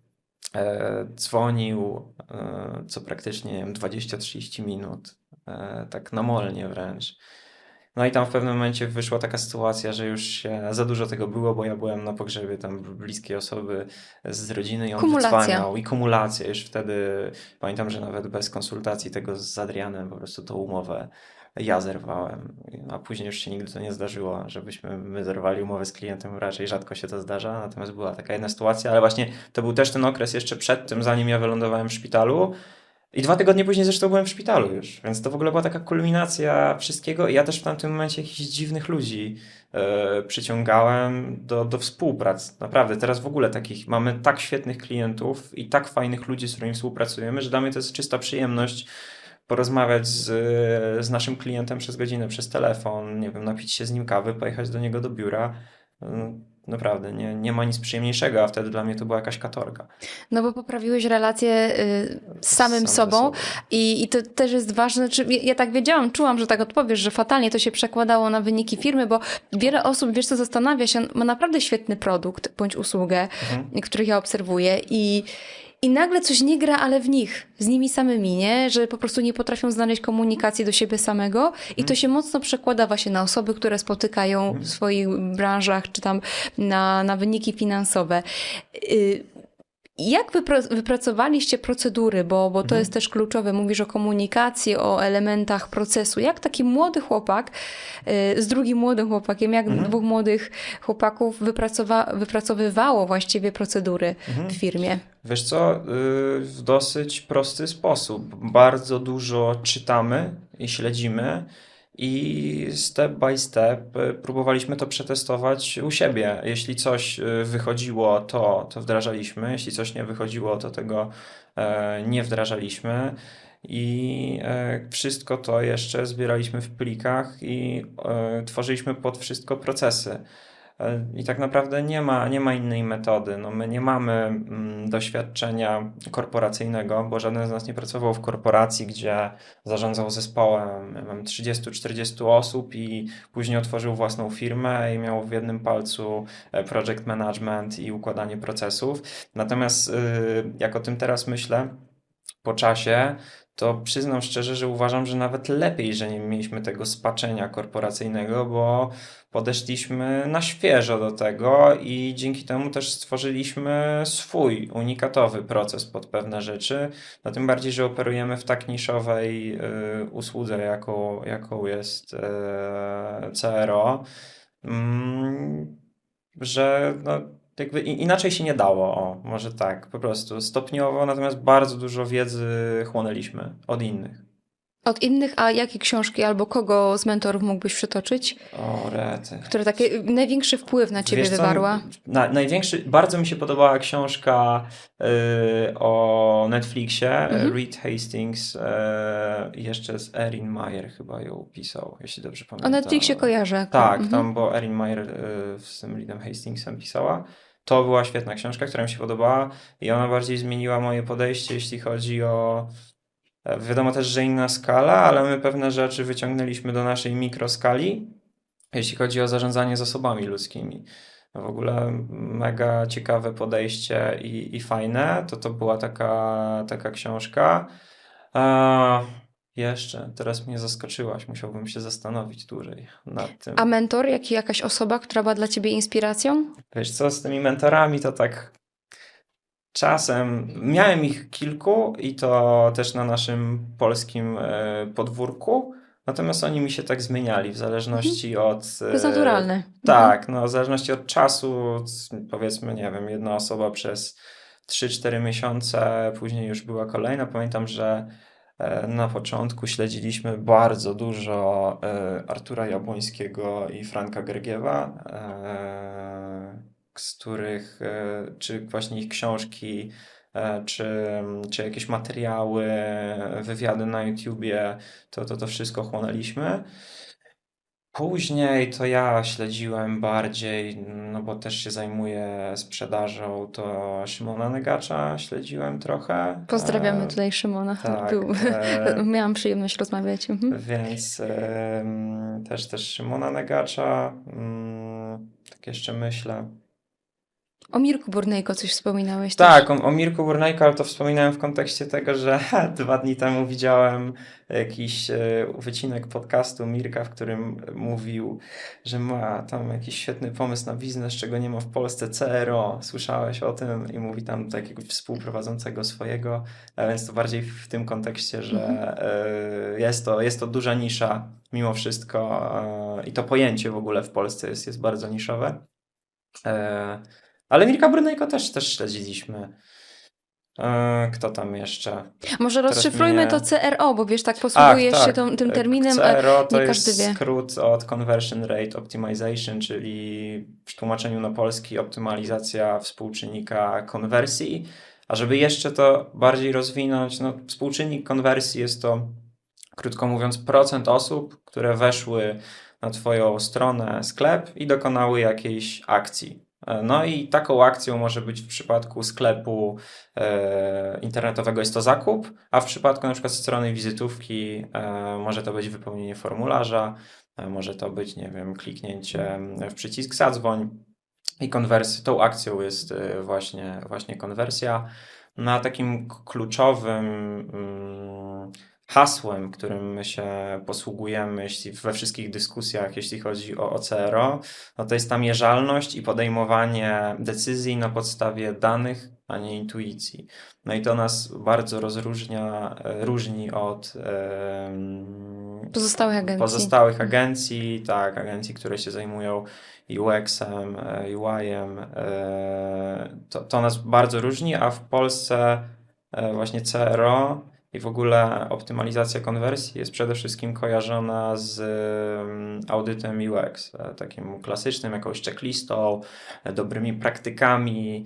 dzwonił co praktycznie, nie wiem, 20-30 minut, tak namolnie wręcz. No i tam w pewnym momencie wyszła taka sytuacja, że już się za dużo tego było, bo ja byłem na pogrzebie tam bliskiej osoby z rodziny i on Kumulacja. wydzwaniał i kumulacja. Już wtedy pamiętam, że nawet bez konsultacji tego z Adrianem po prostu tą umowę ja zerwałem, a później już się nigdy to nie zdarzyło, żebyśmy my zerwali umowę z klientem, raczej rzadko się to zdarza, natomiast była taka jedna sytuacja, ale właśnie to był też ten okres jeszcze przed tym, zanim ja wylądowałem w szpitalu, i 2 tygodnie później zresztą byłem w szpitalu już, więc to w ogóle była taka kulminacja wszystkiego i ja też w tamtym momencie jakichś dziwnych ludzi przyciągałem do współprac. Naprawdę, teraz w ogóle mamy tak świetnych klientów i tak fajnych ludzi, z którymi współpracujemy, że dla mnie to jest czysta przyjemność porozmawiać z naszym klientem przez godzinę, przez telefon, nie wiem, napić się z nim kawy, pojechać do niego do biura. Naprawdę, nie ma nic przyjemniejszego, a wtedy dla mnie to była jakaś katorga. No bo poprawiłeś relacje z samym Sam ze sobą i to też jest ważne. Znaczy, ja tak wiedziałam, czułam, że tak odpowiesz, że fatalnie to się przekładało na wyniki firmy, bo wiele osób, wiesz co, zastanawia się, ma naprawdę świetny produkt bądź usługę, których ja obserwuję i nagle coś nie gra, ale w nich, z nimi samymi, nie? Że po prostu nie potrafią znaleźć komunikacji do siebie samego i to się mocno przekłada właśnie na osoby, które spotykają w swoich branżach, czy tam na wyniki finansowe. Jak wypracowaliście procedury, bo to jest też kluczowe, mówisz o komunikacji, o elementach procesu. Jak taki młody chłopak z drugim młodym chłopakiem, jak dwóch młodych chłopaków wypracowywało właściwie procedury w firmie? Wiesz co, w dosyć prosty sposób. Bardzo dużo czytamy i śledzimy i step by step próbowaliśmy to przetestować u siebie. Jeśli coś wychodziło, to wdrażaliśmy. Jeśli coś nie wychodziło, to tego nie wdrażaliśmy. I wszystko to jeszcze zbieraliśmy w plikach i tworzyliśmy pod wszystko procesy. I tak naprawdę nie ma innej metody. No, my nie mamy doświadczenia korporacyjnego, bo żaden z nas nie pracował w korporacji, gdzie zarządzał zespołem, ja mam 30-40 osób i później otworzył własną firmę i miał w jednym palcu project management i układanie procesów. Natomiast jak o tym teraz myślę, po czasie, to przyznam szczerze, że uważam, że nawet lepiej, że nie mieliśmy tego spaczenia korporacyjnego, bo podeszliśmy na świeżo do tego i dzięki temu też stworzyliśmy swój unikatowy proces pod pewne rzeczy. No tym bardziej, że operujemy w tak niszowej usłudze, jaką jest CRO, że no, jakby inaczej się nie dało, może tak, po prostu stopniowo, natomiast bardzo dużo wiedzy chłonęliśmy od innych. Od innych, a jakie książki albo kogo z mentorów mógłbyś przytoczyć? O, rety. Które takie największy wpływ na ciebie Wiesz co, wywarła? Największy, bardzo mi się podobała książka o Netflixie, Reed Hastings, jeszcze z Erin Meyer chyba ją pisał, jeśli dobrze pamiętam. O Netflixie kojarzę. Tak, tam, bo Erin Meyer z tym Reedem Hastingsem pisała. To była świetna książka, która mi się podobała i ona bardziej zmieniła moje podejście, jeśli chodzi o... Wiadomo też, że inna skala, ale my pewne rzeczy wyciągnęliśmy do naszej mikroskali, jeśli chodzi o zarządzanie zasobami ludzkimi. W ogóle mega ciekawe podejście i fajne. To była taka książka. Jeszcze, teraz mnie zaskoczyłaś, musiałbym się zastanowić dłużej nad tym. A mentor, jakaś osoba, która była dla ciebie inspiracją? Wiesz co, z tymi mentorami to tak czasem, miałem ich kilku i to też na naszym polskim podwórku, natomiast oni mi się tak zmieniali w zależności od... To jest naturalne. Tak, no w zależności od czasu, powiedzmy, nie wiem, jedna osoba przez 3-4 miesiące, później już była kolejna. Pamiętam, że na początku śledziliśmy bardzo dużo Artura Jabłońskiego i Franka Gergiewa, z których, czy właśnie ich książki, czy jakieś materiały, wywiady na YouTubie, to wszystko chłonęliśmy. Później to ja śledziłem bardziej, no bo też się zajmuję sprzedażą, to Szymona Negacza śledziłem trochę. Pozdrawiamy tutaj Szymona. Tak, Miałam przyjemność rozmawiać. więc też Szymona Negacza, tak jeszcze myślę. O Mirku Burnejko coś wspominałeś Tak, też. o Mirku Burnejko, ale to wspominałem w kontekście tego, że 2 dni temu widziałem jakiś wycinek podcastu Mirka, w którym mówił, że ma tam jakiś świetny pomysł na biznes, czego nie ma w Polsce, CRO. Słyszałeś o tym? I mówi tam takiego współprowadzącego swojego, więc to bardziej w tym kontekście, że jest to duża nisza mimo wszystko i to pojęcie w ogóle w Polsce jest bardzo niszowe. Ale Mirka Brunejko też śledziliśmy. Kto tam jeszcze? Może Teraz rozszyfrujmy mnie... to CRO, bo wiesz, tak posługujesz się tym terminem, CRO to nie każdy jest wie. skrót od Conversion Rate Optimization, czyli w tłumaczeniu na polski optymalizacja współczynnika konwersji. A żeby jeszcze to bardziej rozwinąć, no współczynnik konwersji jest to, krótko mówiąc, procent osób, które weszły na Twoją stronę, sklep i dokonały jakiejś akcji. No i taką akcją może być w przypadku sklepu internetowego jest to zakup, a w przypadku na przykład strony wizytówki może to być wypełnienie formularza, może to być, nie wiem, kliknięcie w przycisk zadzwoń i tą akcją jest właśnie konwersja. Na takim kluczowym hasłem, którym my się posługujemy we wszystkich dyskusjach, jeśli chodzi o CRO, no to jest ta mierzalność i podejmowanie decyzji na podstawie danych, a nie intuicji. No i to nas bardzo różni od Pozostałych agencji, tak, agencji, które się zajmują UX-em, UI-em. To nas bardzo różni, a w Polsce właśnie CRO i w ogóle optymalizacja konwersji jest przede wszystkim kojarzona z audytem UX, takim klasycznym, jakąś checklistą, dobrymi praktykami.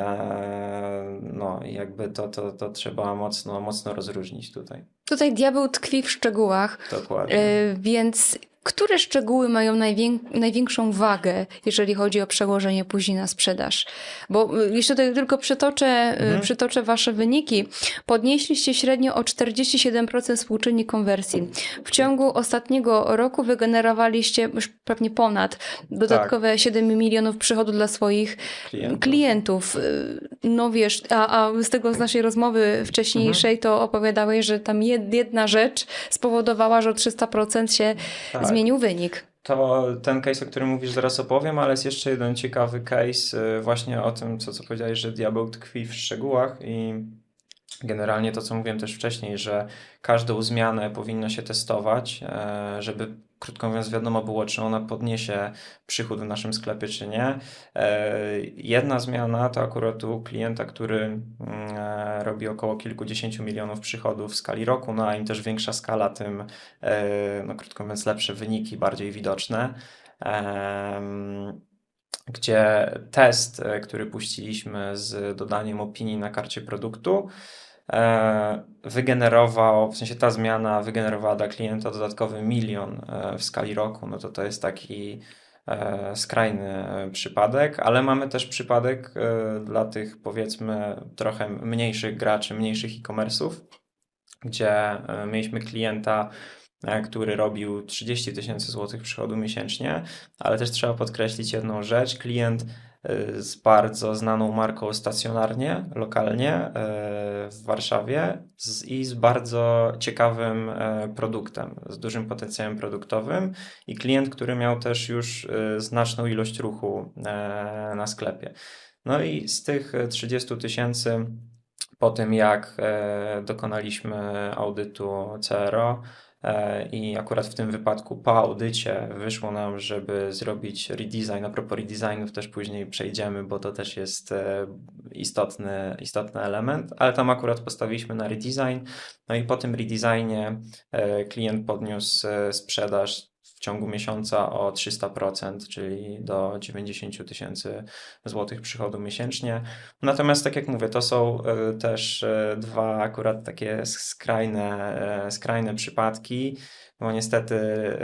No i jakby to trzeba mocno rozróżnić tutaj. Tutaj diabeł tkwi w szczegółach. Dokładnie. Więc które szczegóły mają największą wagę, jeżeli chodzi o przełożenie później na sprzedaż? Bo jeszcze tutaj tylko przytoczę wasze wyniki. Podnieśliście średnio o 47% współczynnik konwersji. W ciągu ostatniego roku wygenerowaliście już pewnie ponad dodatkowe 7 milionów przychodu dla swoich klientów. No wiesz, a z naszej rozmowy wcześniejszej to opowiadałeś, że tam jedna rzecz spowodowała, że o 300% się zmienił wynik. To ten case, o którym mówisz, zaraz opowiem, ale jest jeszcze jeden ciekawy case właśnie o tym, co powiedziałeś, że diabeł tkwi w szczegółach i generalnie to, co mówiłem też wcześniej, że każdą zmianę powinno się testować, żeby krótko mówiąc wiadomo było, czy ona podniesie przychód w naszym sklepie, czy nie. Jedna zmiana to akurat u klienta, który robi około kilkudziesięciu milionów przychodów w skali roku, no a im też większa skala, tym no, krótko mówiąc lepsze wyniki, bardziej widoczne. Gdzie test, który puściliśmy z dodaniem opinii na karcie produktu, wygenerował, w sensie ta zmiana wygenerowała dla klienta dodatkowy 1 milion w skali roku, no to jest taki skrajny przypadek, ale mamy też przypadek dla tych powiedzmy trochę mniejszych graczy, mniejszych e-commerce'ów, gdzie mieliśmy klienta, który robił 30 000 złotych przychodu miesięcznie, ale też trzeba podkreślić jedną rzecz, klient z bardzo znaną marką stacjonarnie, lokalnie w Warszawie i z bardzo ciekawym produktem, z dużym potencjałem produktowym i klient, który miał też już znaczną ilość ruchu na sklepie. No i z tych 30 000 po tym jak dokonaliśmy audytu CRO, i akurat w tym wypadku po audycie wyszło nam, żeby zrobić redesign. A propos redesignów też później przejdziemy, bo to też jest istotny element, ale tam akurat postawiliśmy na redesign. No i po tym redesignie klient podniósł sprzedaż w ciągu miesiąca o 300%, czyli do 90 tysięcy złotych przychodu miesięcznie. Natomiast tak jak mówię, to są też dwa akurat takie skrajne przypadki, bo niestety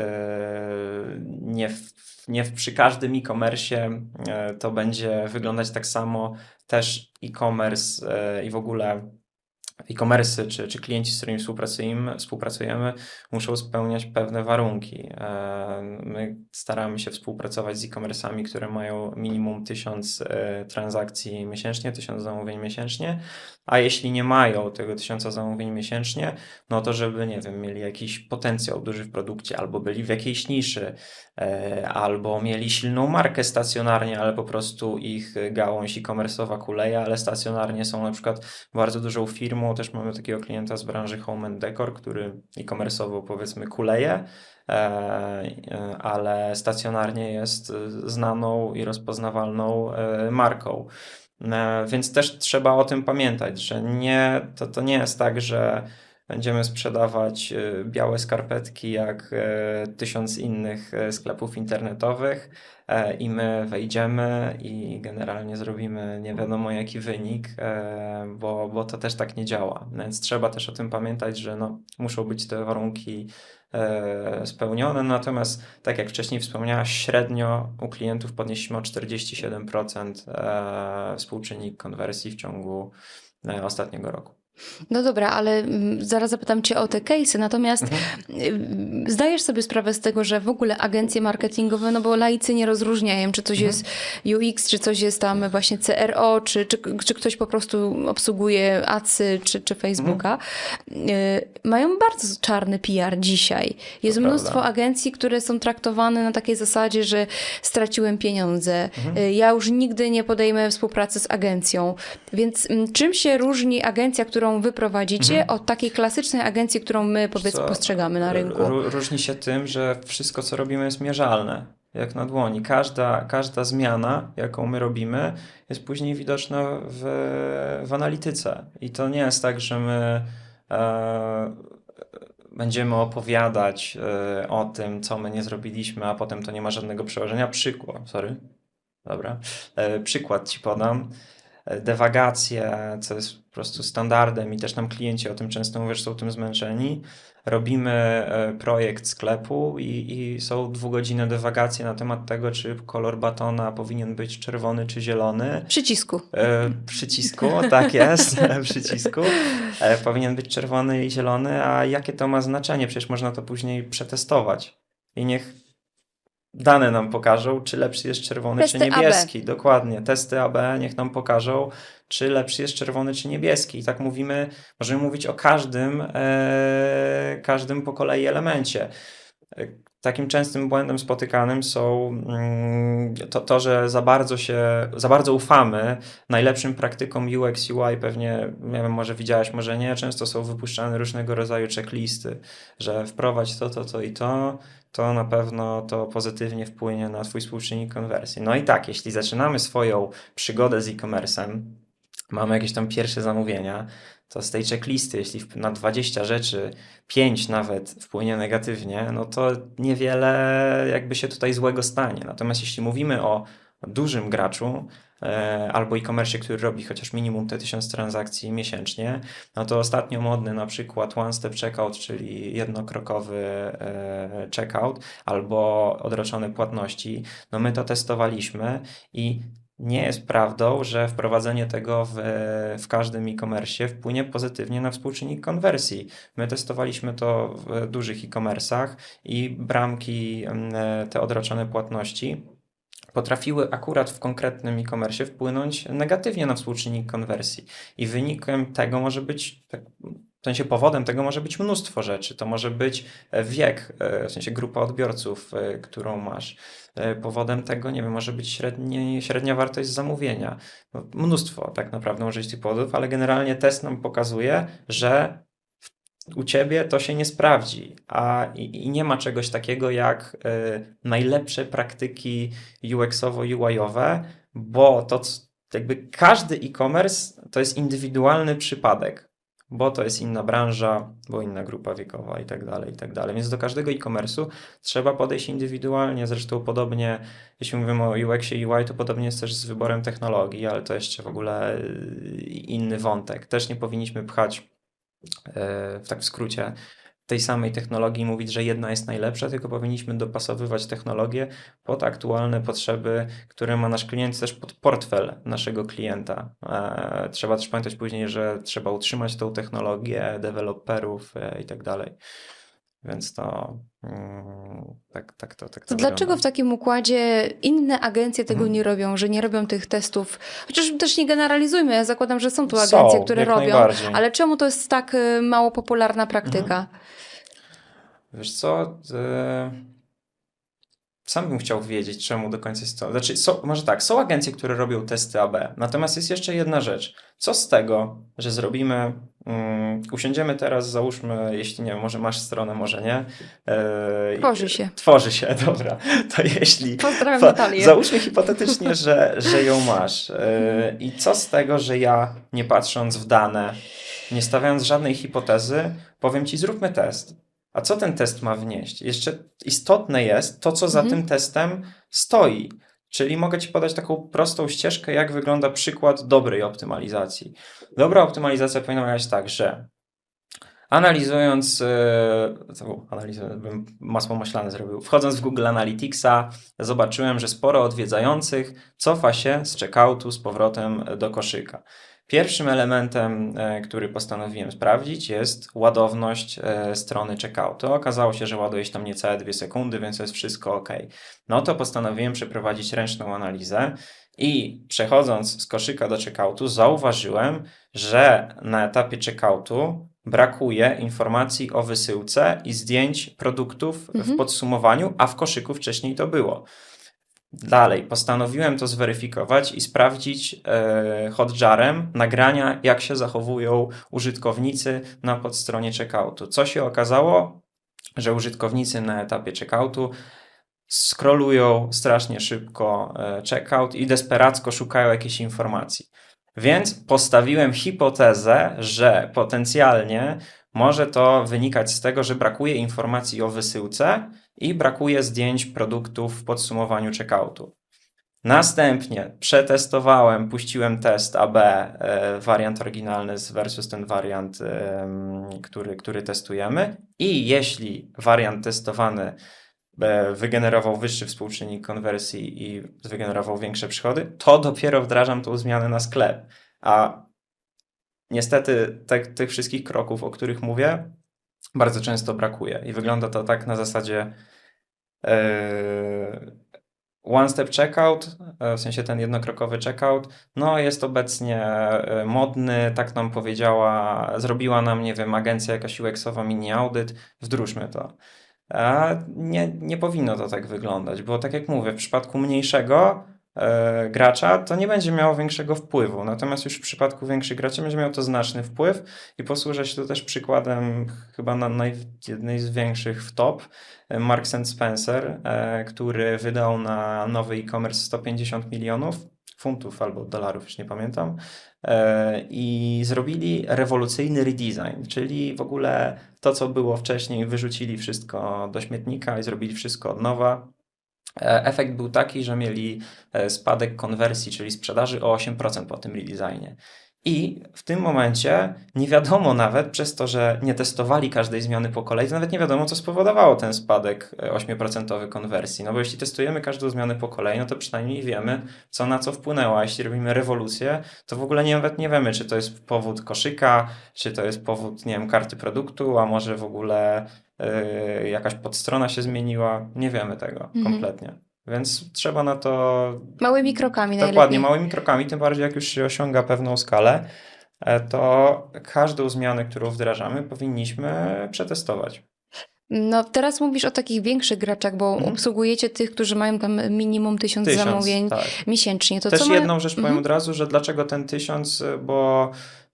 przy każdym e-commerce to będzie wyglądać tak samo. Też e-commerce i w ogóle e-commerce czy klienci, z którymi współpracujemy, muszą spełniać pewne warunki. My staramy się współpracować z e-commerce'ami, które mają minimum 1000 transakcji miesięcznie, 1000 zamówień miesięcznie, a jeśli nie mają tego 1000 zamówień miesięcznie, no to żeby, nie wiem, mieli jakiś potencjał duży w produkcie, albo byli w jakiejś niszy, albo mieli silną markę stacjonarnie, ale po prostu ich gałąź e-commerce'owa kuleje, ale stacjonarnie są na przykład bardzo dużą firmą. Też mamy takiego klienta z branży Home and Decor, który e-commerce'owo powiedzmy kuleje, ale stacjonarnie jest znaną i rozpoznawalną marką. Więc też trzeba o tym pamiętać, że to nie jest tak, że będziemy sprzedawać białe skarpetki jak 1000 innych sklepów internetowych i my wejdziemy i generalnie zrobimy nie wiadomo jaki wynik, bo to też tak nie działa. Więc trzeba też o tym pamiętać, że muszą być te warunki spełnione. Natomiast tak jak wcześniej wspomniałaś, średnio u klientów podnieśliśmy o 47% współczynnik konwersji w ciągu ostatniego roku. No dobra, ale zaraz zapytam Cię o te case'y, natomiast zdajesz sobie sprawę z tego, że w ogóle agencje marketingowe, no bo laicy nie rozróżniają, czy coś jest UX, czy coś jest tam właśnie CRO, czy ktoś po prostu obsługuje Adsy, czy Facebooka. Mają bardzo czarny PR dzisiaj. Jest mnóstwo agencji, które są traktowane na takiej zasadzie, że straciłem pieniądze, ja już nigdy nie podejmę współpracy z agencją. Więc czym się różni agencja, którą wy prowadzicie, od takiej klasycznej agencji, którą my postrzegamy na rynku? Różni się tym, że wszystko, co robimy, jest mierzalne, jak na dłoni. Każda zmiana, jaką my robimy, jest później widoczna w analityce. I to nie jest tak, że my będziemy opowiadać o tym, co my nie zrobiliśmy, a potem to nie ma żadnego przełożenia. Przykład ci podam. Dewagacje, co jest po prostu standardem i też nam klienci o tym często mówią, że są tym zmęczeni. Robimy projekt sklepu i są 2-godzinne dywagacje na temat tego, czy kolor batona powinien być czerwony czy zielony. Przycisku, tak jest, przycisku. Powinien być czerwony i zielony, a jakie to ma znaczenie? Przecież można to później przetestować. I niech dane nam pokażą, czy lepszy jest czerwony, testy czy niebieski. AB. Dokładnie. Testy AB niech nam pokażą, czy lepszy jest czerwony, czy niebieski. I tak możemy mówić o każdym po kolei elemencie. Takim częstym błędem spotykanym są to, że za bardzo ufamy najlepszym praktykom UX, UI. Pewnie, nie wiem, może widziałaś, może nie. Często są wypuszczane różnego rodzaju checklisty, że wprowadź to i to na pewno to pozytywnie wpłynie na twój współczynnik konwersji. No i tak, jeśli zaczynamy swoją przygodę z e-commerce'em, mamy jakieś tam pierwsze zamówienia, to z tej checklisty, jeśli na 20 rzeczy 5 nawet wpłynie negatywnie, no to niewiele jakby się tutaj złego stanie. Natomiast jeśli mówimy o dużym graczu albo e-commerce, który robi chociaż minimum te 1000 transakcji miesięcznie, no to ostatnio modny na przykład one step checkout, czyli jednokrokowy checkout albo odroczone płatności, no my to testowaliśmy i nie jest prawdą, że wprowadzenie tego w każdym e-commerce wpłynie pozytywnie na współczynnik konwersji. My testowaliśmy to w dużych e-commerce'ach i bramki, te odroczone płatności potrafiły akurat w konkretnym e-commerce wpłynąć negatywnie na współczynnik konwersji. I wynikiem tego może być, w sensie powodem tego może być mnóstwo rzeczy. To może być wiek, w sensie grupa odbiorców, którą masz. Powodem tego, nie wiem, może być średnia wartość zamówienia. Mnóstwo tak naprawdę może być tych powodów, ale generalnie test nam pokazuje, że u ciebie to się nie sprawdzi, i nie ma czegoś takiego jak najlepsze praktyki UX-owo-UI-owe, bo to jakby każdy e-commerce to jest indywidualny przypadek, bo to jest inna branża, bo inna grupa wiekowa i tak dalej, i tak dalej. Więc do każdego e-commerce'u trzeba podejść indywidualnie. Zresztą podobnie, jeśli mówimy o UX-ie i UI, to podobnie jest też z wyborem technologii, ale to jeszcze w ogóle inny wątek. Też nie powinniśmy pchać, tak w skrócie, tej samej technologii mówić, że jedna jest najlepsza, tylko powinniśmy dopasowywać technologię pod aktualne potrzeby, które ma nasz klient, też pod portfel naszego klienta. Trzeba też pamiętać później, że trzeba utrzymać tą technologię, deweloperów i tak dalej. Więc to tak to dlaczego w takim układzie inne agencje tego nie robią, że nie robią tych testów? Chociaż też nie generalizujmy, ja zakładam, że są tu agencje, które robią, ale czemu to jest tak mało popularna praktyka? Wiesz co, sam bym chciał wiedzieć, czemu do końca jest to. Znaczy, może tak, są agencje, które robią testy AB, natomiast jest jeszcze jedna rzecz. Co z tego, że zrobimy, usiądziemy teraz, załóżmy, jeśli nie wiem, może masz stronę, może nie. Tworzy się, dobra. To jeśli... Pozdrawiam Natalię. Załóżmy hipotetycznie, że ją masz. I co z tego, że ja, nie patrząc w dane, nie stawiając żadnej hipotezy, powiem ci, zróbmy test. A co ten test ma wnieść? Jeszcze istotne jest to, co za tym testem stoi. Czyli mogę ci podać taką prostą ścieżkę, jak wygląda przykład dobrej optymalizacji. Dobra optymalizacja powinna wyglądać tak, że analizując, bym masło maślane zrobił, wchodząc w Google Analyticsa, zobaczyłem, że sporo odwiedzających cofa się z checkoutu z powrotem do koszyka. Pierwszym elementem, który postanowiłem sprawdzić, jest ładowność strony checkoutu. Okazało się, że ładuje się tam niecałe 2 sekundy, więc jest wszystko ok. No to postanowiłem przeprowadzić ręczną analizę i przechodząc z koszyka do checkoutu zauważyłem, że na etapie checkoutu brakuje informacji o wysyłce i zdjęć produktów w podsumowaniu, a w koszyku wcześniej to było. Dalej, postanowiłem to zweryfikować i sprawdzić Hotjarem nagrania, jak się zachowują użytkownicy na podstronie checkoutu. Co się okazało? Że użytkownicy na etapie checkoutu scrollują strasznie szybko checkout i desperacko szukają jakiejś informacji. Więc postawiłem hipotezę, że potencjalnie może to wynikać z tego, że brakuje informacji o wysyłce i brakuje zdjęć produktów w podsumowaniu checkoutu. Następnie przetestowałem, puściłem test AB, wariant oryginalny versus ten wariant, który testujemy i jeśli wariant testowany wygenerował wyższy współczynnik konwersji i wygenerował większe przychody, to dopiero wdrażam tą zmianę na sklep. A niestety tych wszystkich kroków, o których mówię, bardzo często brakuje i wygląda to tak na zasadzie one-step checkout, w sensie ten jednokrokowy checkout, no jest obecnie modny, tak nam powiedziała, zrobiła nam, nie wiem, agencja jakaś UX-owa mini audyt, wdróżmy to. A nie powinno to tak wyglądać, bo tak jak mówię, w przypadku mniejszego gracza to nie będzie miało większego wpływu, natomiast już w przypadku większych graczy będzie miał to znaczny wpływ i posłużę się to też przykładem chyba na jednej z większych w top, Marks & Spencer, który wydał na nowy e-commerce 150 milionów funtów albo dolarów, już nie pamiętam, i zrobili rewolucyjny redesign, czyli w ogóle to, co było wcześniej, wyrzucili wszystko do śmietnika i zrobili wszystko od nowa. Efekt był taki, że mieli spadek konwersji, czyli sprzedaży o 8% po tym redesignie. I w tym momencie nie wiadomo nawet, przez to, że nie testowali każdej zmiany po kolei, to nawet nie wiadomo, co spowodowało ten spadek 8% konwersji. No bo jeśli testujemy każdą zmianę po kolei, no to przynajmniej wiemy, co na co wpłynęło. A jeśli robimy rewolucję, to w ogóle nawet nie wiemy, czy to jest powód koszyka, czy to jest powód, nie wiem, karty produktu, a może w ogóle jakaś podstrona się zmieniła. Nie wiemy tego kompletnie. Więc trzeba na to... Małymi krokami najlepiej. Dokładnie, małymi krokami, tym bardziej jak już się osiąga pewną skalę, to każdą zmianę, którą wdrażamy, powinniśmy przetestować. No teraz mówisz o takich większych graczach, bo obsługujecie tych, którzy mają tam minimum 1000 zamówień miesięcznie. To też jedną rzecz powiem od razu, że dlaczego ten 1000, bo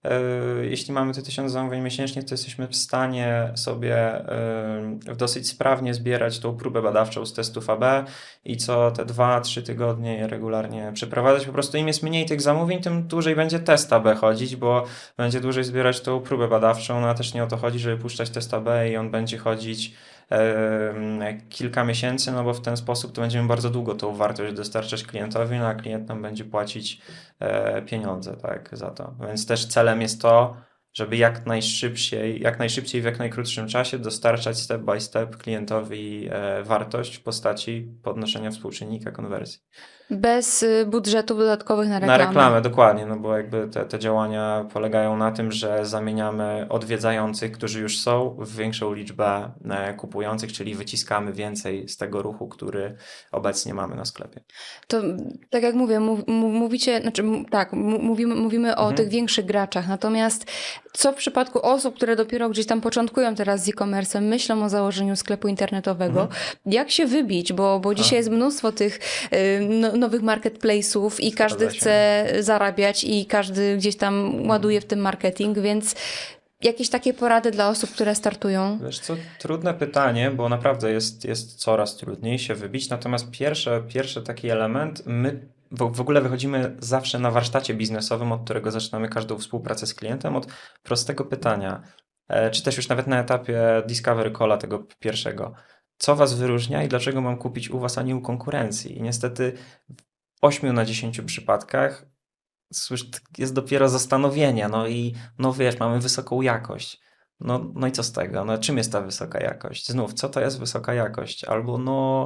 jeśli mamy te 1000 zamówień miesięcznie, to jesteśmy w stanie sobie dosyć sprawnie zbierać tą próbę badawczą z testów AB i co te 2-3 tygodnie je regularnie przeprowadzać. Po prostu im jest mniej tych zamówień, tym dłużej będzie test AB chodzić, bo będzie dłużej zbierać tą próbę badawczą, no a też nie o to chodzi, żeby puszczać test AB i on będzie chodzić kilka miesięcy, no bo w ten sposób to będziemy bardzo długo tą wartość dostarczać klientowi, no a klient nam będzie płacić pieniądze, tak, za to. Więc też celem jest to, żeby jak najszybciej w jak najkrótszym czasie dostarczać step by step klientowi wartość w postaci podnoszenia współczynnika konwersji. Bez budżetów dodatkowych na reklamę. Na reklamę, dokładnie, no bo jakby te działania polegają na tym, że zamieniamy odwiedzających, którzy już są, w większą liczbę kupujących, czyli wyciskamy więcej z tego ruchu, który obecnie mamy na sklepie. To tak jak mówię, mówicie, znaczy tak, mówimy o tych większych graczach, natomiast co w przypadku osób, które dopiero gdzieś tam początkują teraz z e-commerce'em, myślą o założeniu sklepu internetowego, jak się wybić, bo dzisiaj jest mnóstwo tych nowych marketplace'ów i każdy chce zarabiać i każdy gdzieś tam ładuje w tym marketing, więc jakieś takie porady dla osób, które startują? Wiesz co, trudne pytanie, bo naprawdę jest coraz trudniej się wybić, natomiast pierwszy taki element, my w ogóle wychodzimy zawsze na warsztacie biznesowym, od którego zaczynamy każdą współpracę z klientem, od prostego pytania, czy też już nawet na etapie Discovery Calla tego pierwszego. Co was wyróżnia i dlaczego mam kupić u was, a nie u konkurencji? I niestety w 8 na 10 przypadkach jest dopiero zastanowienie, no wiesz, mamy wysoką jakość. No i co z tego? No czym jest ta wysoka jakość? Znów, co to jest wysoka jakość? Albo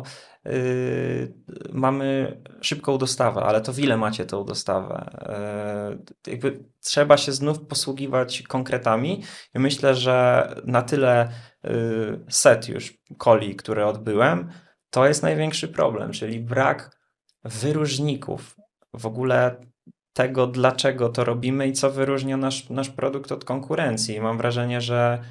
mamy szybką dostawę, ale to w ile macie tą dostawę? Jakby trzeba się znów posługiwać konkretami i myślę, że na tyle set już coli, które odbyłem, to jest największy problem, czyli brak wyróżników. W ogóle tego, dlaczego to robimy i co wyróżnia nasz produkt od konkurencji. Mam wrażenie, że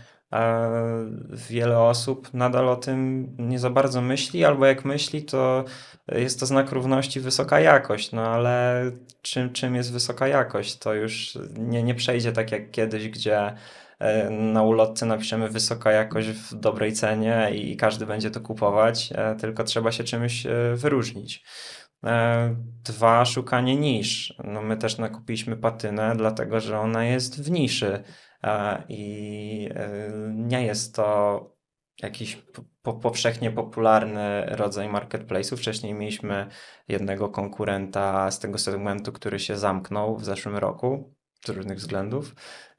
wiele osób nadal o tym nie za bardzo myśli, albo jak myśli, to jest to znak równości wysoka jakość, no ale czym jest wysoka jakość? To już nie przejdzie tak jak kiedyś, gdzie na ulotce napiszemy wysoka jakość w dobrej cenie i każdy będzie to kupować, tylko trzeba się czymś wyróżnić. 2, szukanie nisz. No my też nakupiliśmy patynę, dlatego że ona jest w niszy i nie jest to jakiś powszechnie popularny rodzaj marketplace'u. Wcześniej mieliśmy jednego konkurenta z tego segmentu, który się zamknął w zeszłym roku z różnych względów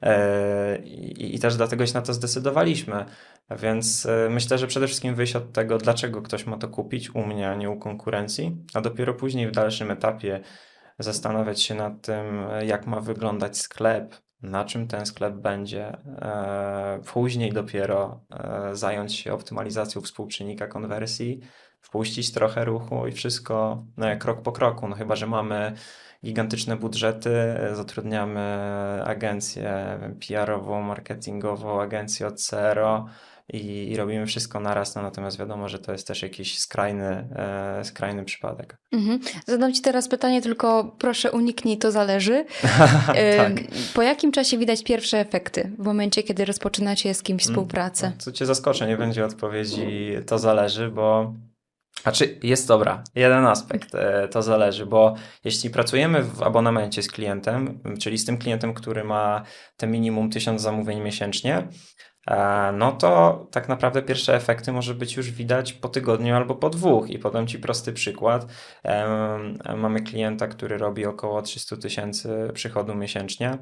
i też dlatego się na to zdecydowaliśmy. Więc myślę, że przede wszystkim wyjść od tego, dlaczego ktoś ma to kupić u mnie, a nie u konkurencji, a dopiero później w dalszym etapie zastanawiać się nad tym, jak ma wyglądać sklep, na czym ten sklep będzie. Później dopiero zająć się optymalizacją współczynnika konwersji, wpuścić trochę ruchu i wszystko krok po kroku. No chyba że mamy gigantyczne budżety, zatrudniamy agencję PR-ową, marketingową, agencję od CRO i robimy wszystko naraz, no natomiast wiadomo, że to jest też jakiś skrajny przypadek. Zadam Ci teraz pytanie, tylko proszę uniknij, to zależy. Tak. Po jakim czasie widać pierwsze efekty w momencie, kiedy rozpoczynacie z kimś współpracę? Co Cię zaskoczę, nie będzie odpowiedzi, to zależy, bo jest jeden aspekt, to zależy, bo jeśli pracujemy w abonamencie z klientem, czyli z tym klientem, który ma te minimum 1000 zamówień miesięcznie, no to tak naprawdę pierwsze efekty może być już widać po tygodniu albo po 2 i podam Ci prosty przykład. Mamy klienta, który robi około 300 000 przychodu miesięcznie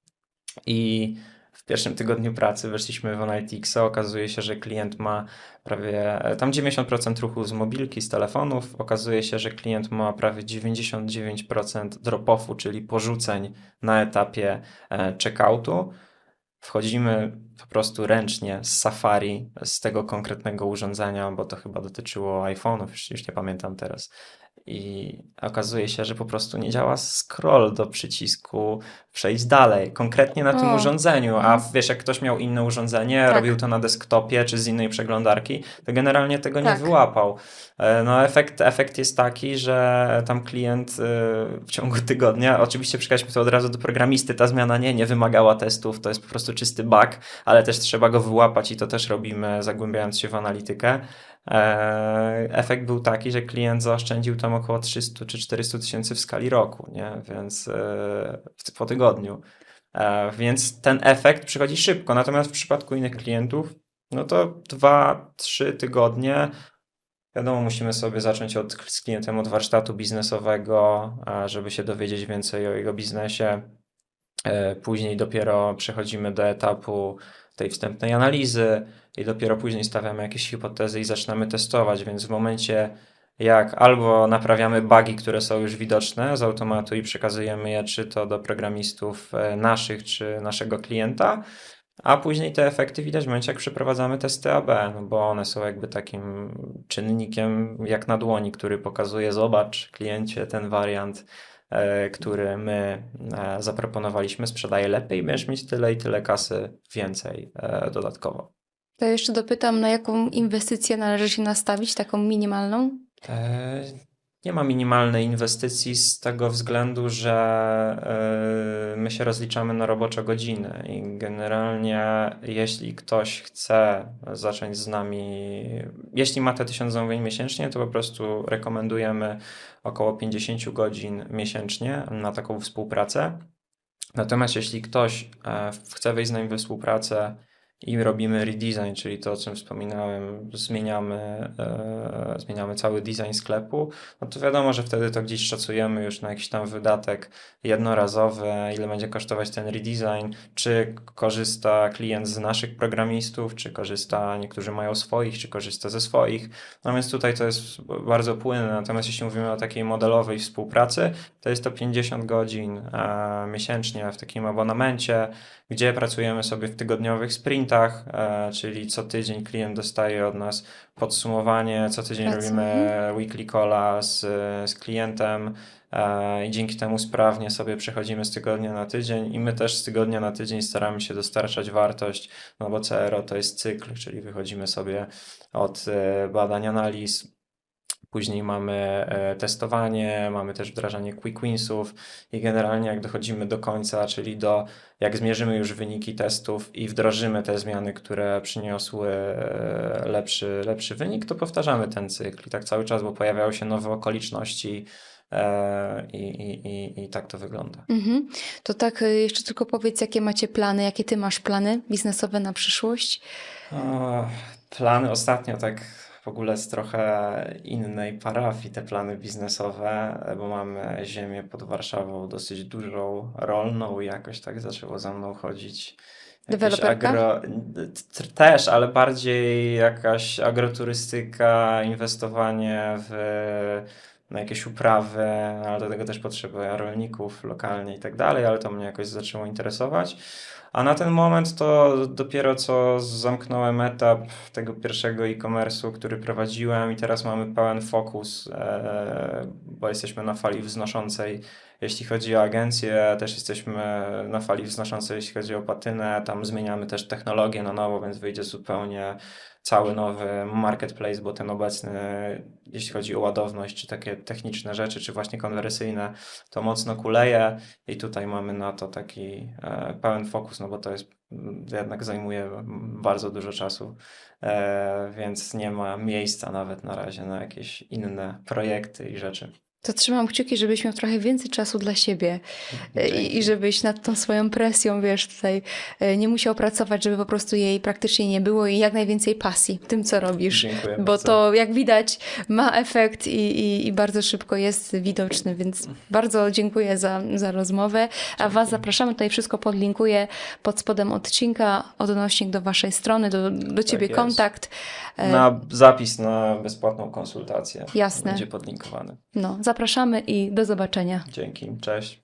i w pierwszym tygodniu pracy weszliśmy w Analyticsa, okazuje się, że klient ma prawie tam 90% ruchu z mobilki, z telefonów, okazuje się, że klient ma prawie 99% drop-offu, czyli porzuceń na etapie checkoutu. Wchodzimy po prostu ręcznie z Safari, z tego konkretnego urządzenia, bo to chyba dotyczyło iPhone'ów, już nie pamiętam teraz. I okazuje się, że po prostu nie działa scroll do przycisku przejść dalej, konkretnie na tym urządzeniu, a wiesz, jak ktoś miał inne urządzenie, robił to na desktopie czy z innej przeglądarki, to generalnie tego nie wyłapał. No efekt jest taki, że tam klient w ciągu tygodnia, oczywiście przekazaliśmy to od razu do programisty, ta zmiana nie wymagała testów, to jest po prostu czysty bug, ale też trzeba go wyłapać i to też robimy, zagłębiając się w analitykę. Efekt był taki, że klient zaoszczędził tam około 300 czy 400 tysięcy w skali roku, nie? Więc po tygodniu. Więc ten efekt przychodzi szybko. Natomiast w przypadku innych klientów, no to 2-3 tygodnie. Wiadomo, musimy sobie zacząć z klientem od warsztatu biznesowego, żeby się dowiedzieć więcej o jego biznesie. Później dopiero przechodzimy do etapu tej wstępnej analizy i dopiero później stawiamy jakieś hipotezy i zaczynamy testować, więc w momencie jak albo naprawiamy bugi, które są już widoczne z automatu i przekazujemy je czy to do programistów naszych, czy naszego klienta, a później te efekty widać w momencie, jak przeprowadzamy testy AB, no bo one są jakby takim czynnikiem jak na dłoni, który pokazuje, zobacz kliencie, ten wariant, który my zaproponowaliśmy, sprzedaje lepiej, będziesz mieć tyle i tyle kasy więcej dodatkowo. To jeszcze dopytam, na jaką inwestycję należy się nastawić, taką minimalną? Nie ma minimalnej inwestycji z tego względu, że my się rozliczamy na robocze godziny i generalnie jeśli ktoś chce zacząć z nami, jeśli ma te 1000 zamówień miesięcznie, to po prostu rekomendujemy około 50 godzin miesięcznie na taką współpracę. Natomiast jeśli ktoś chce wejść z nami we współpracę i robimy redesign, czyli to, o czym wspominałem, zmieniamy cały design sklepu, no to wiadomo, że wtedy to gdzieś szacujemy już na jakiś tam wydatek jednorazowy, ile będzie kosztować ten redesign, czy korzysta klient z naszych programistów, czy korzysta, niektórzy mają swoich, czy korzysta ze swoich. No więc tutaj to jest bardzo płynne, natomiast jeśli mówimy o takiej modelowej współpracy, to jest to 50 godzin miesięcznie w takim abonamencie, gdzie pracujemy sobie w tygodniowych sprintach, czyli co tydzień klient dostaje od nas podsumowanie, co tydzień robimy weekly calla z klientem i dzięki temu sprawnie sobie przechodzimy z tygodnia na tydzień i my też z tygodnia na tydzień staramy się dostarczać wartość, no bo CRO to jest cykl, czyli wychodzimy sobie od badań, analiz. Później mamy testowanie, mamy też wdrażanie quick winsów i generalnie jak dochodzimy do końca, czyli jak zmierzymy już wyniki testów i wdrożymy te zmiany, które przyniosły lepszy wynik, to powtarzamy ten cykl i tak cały czas, bo pojawiają się nowe okoliczności i tak to wygląda. To tak jeszcze tylko powiedz, jakie macie plany, jakie ty masz plany biznesowe na przyszłość? Plany ostatnio tak w ogóle z trochę innej parafii te plany biznesowe, bo mamy ziemię pod Warszawą dosyć dużą, rolną i jakoś tak zaczęło za mną chodzić. Deweloperka? Też, ale bardziej jakaś agroturystyka, inwestowanie na jakieś uprawy, ale do tego też potrzebuję rolników lokalnie i tak dalej, ale to mnie jakoś zaczęło interesować. A na ten moment to dopiero co zamknąłem etap tego pierwszego e-commerce'u, który prowadziłem i teraz mamy pełen fokus, bo jesteśmy na fali wznoszącej, jeśli chodzi o agencję, też jesteśmy na fali wznoszącej, jeśli chodzi o Patynę, tam zmieniamy też technologię na nowo, więc wyjdzie zupełnie cały nowy marketplace, bo ten obecny, jeśli chodzi o ładowność, czy takie techniczne rzeczy, czy właśnie konwersyjne, to mocno kuleje i tutaj mamy na to taki pełen fokus, no bo to jest jednak zajmuje bardzo dużo czasu, więc nie ma miejsca nawet na razie na jakieś inne projekty i rzeczy. To trzymam kciuki, żebyś miał trochę więcej czasu dla siebie i żebyś nad tą swoją presją, wiesz, tutaj nie musiał pracować, żeby po prostu jej praktycznie nie było i jak najwięcej pasji w tym, co robisz. Dziękuję bo bardzo. to, jak widać, ma efekt i bardzo szybko jest widoczny, więc bardzo dziękuję za rozmowę. A Was zapraszamy, tutaj wszystko podlinkuję pod spodem odcinka, odnośnik do Waszej strony, do Ciebie jest. kontakt. Na zapis na bezpłatną konsultację. Jasne. Będzie podlinkowany. No, zapraszamy i do zobaczenia. Dzięki, cześć.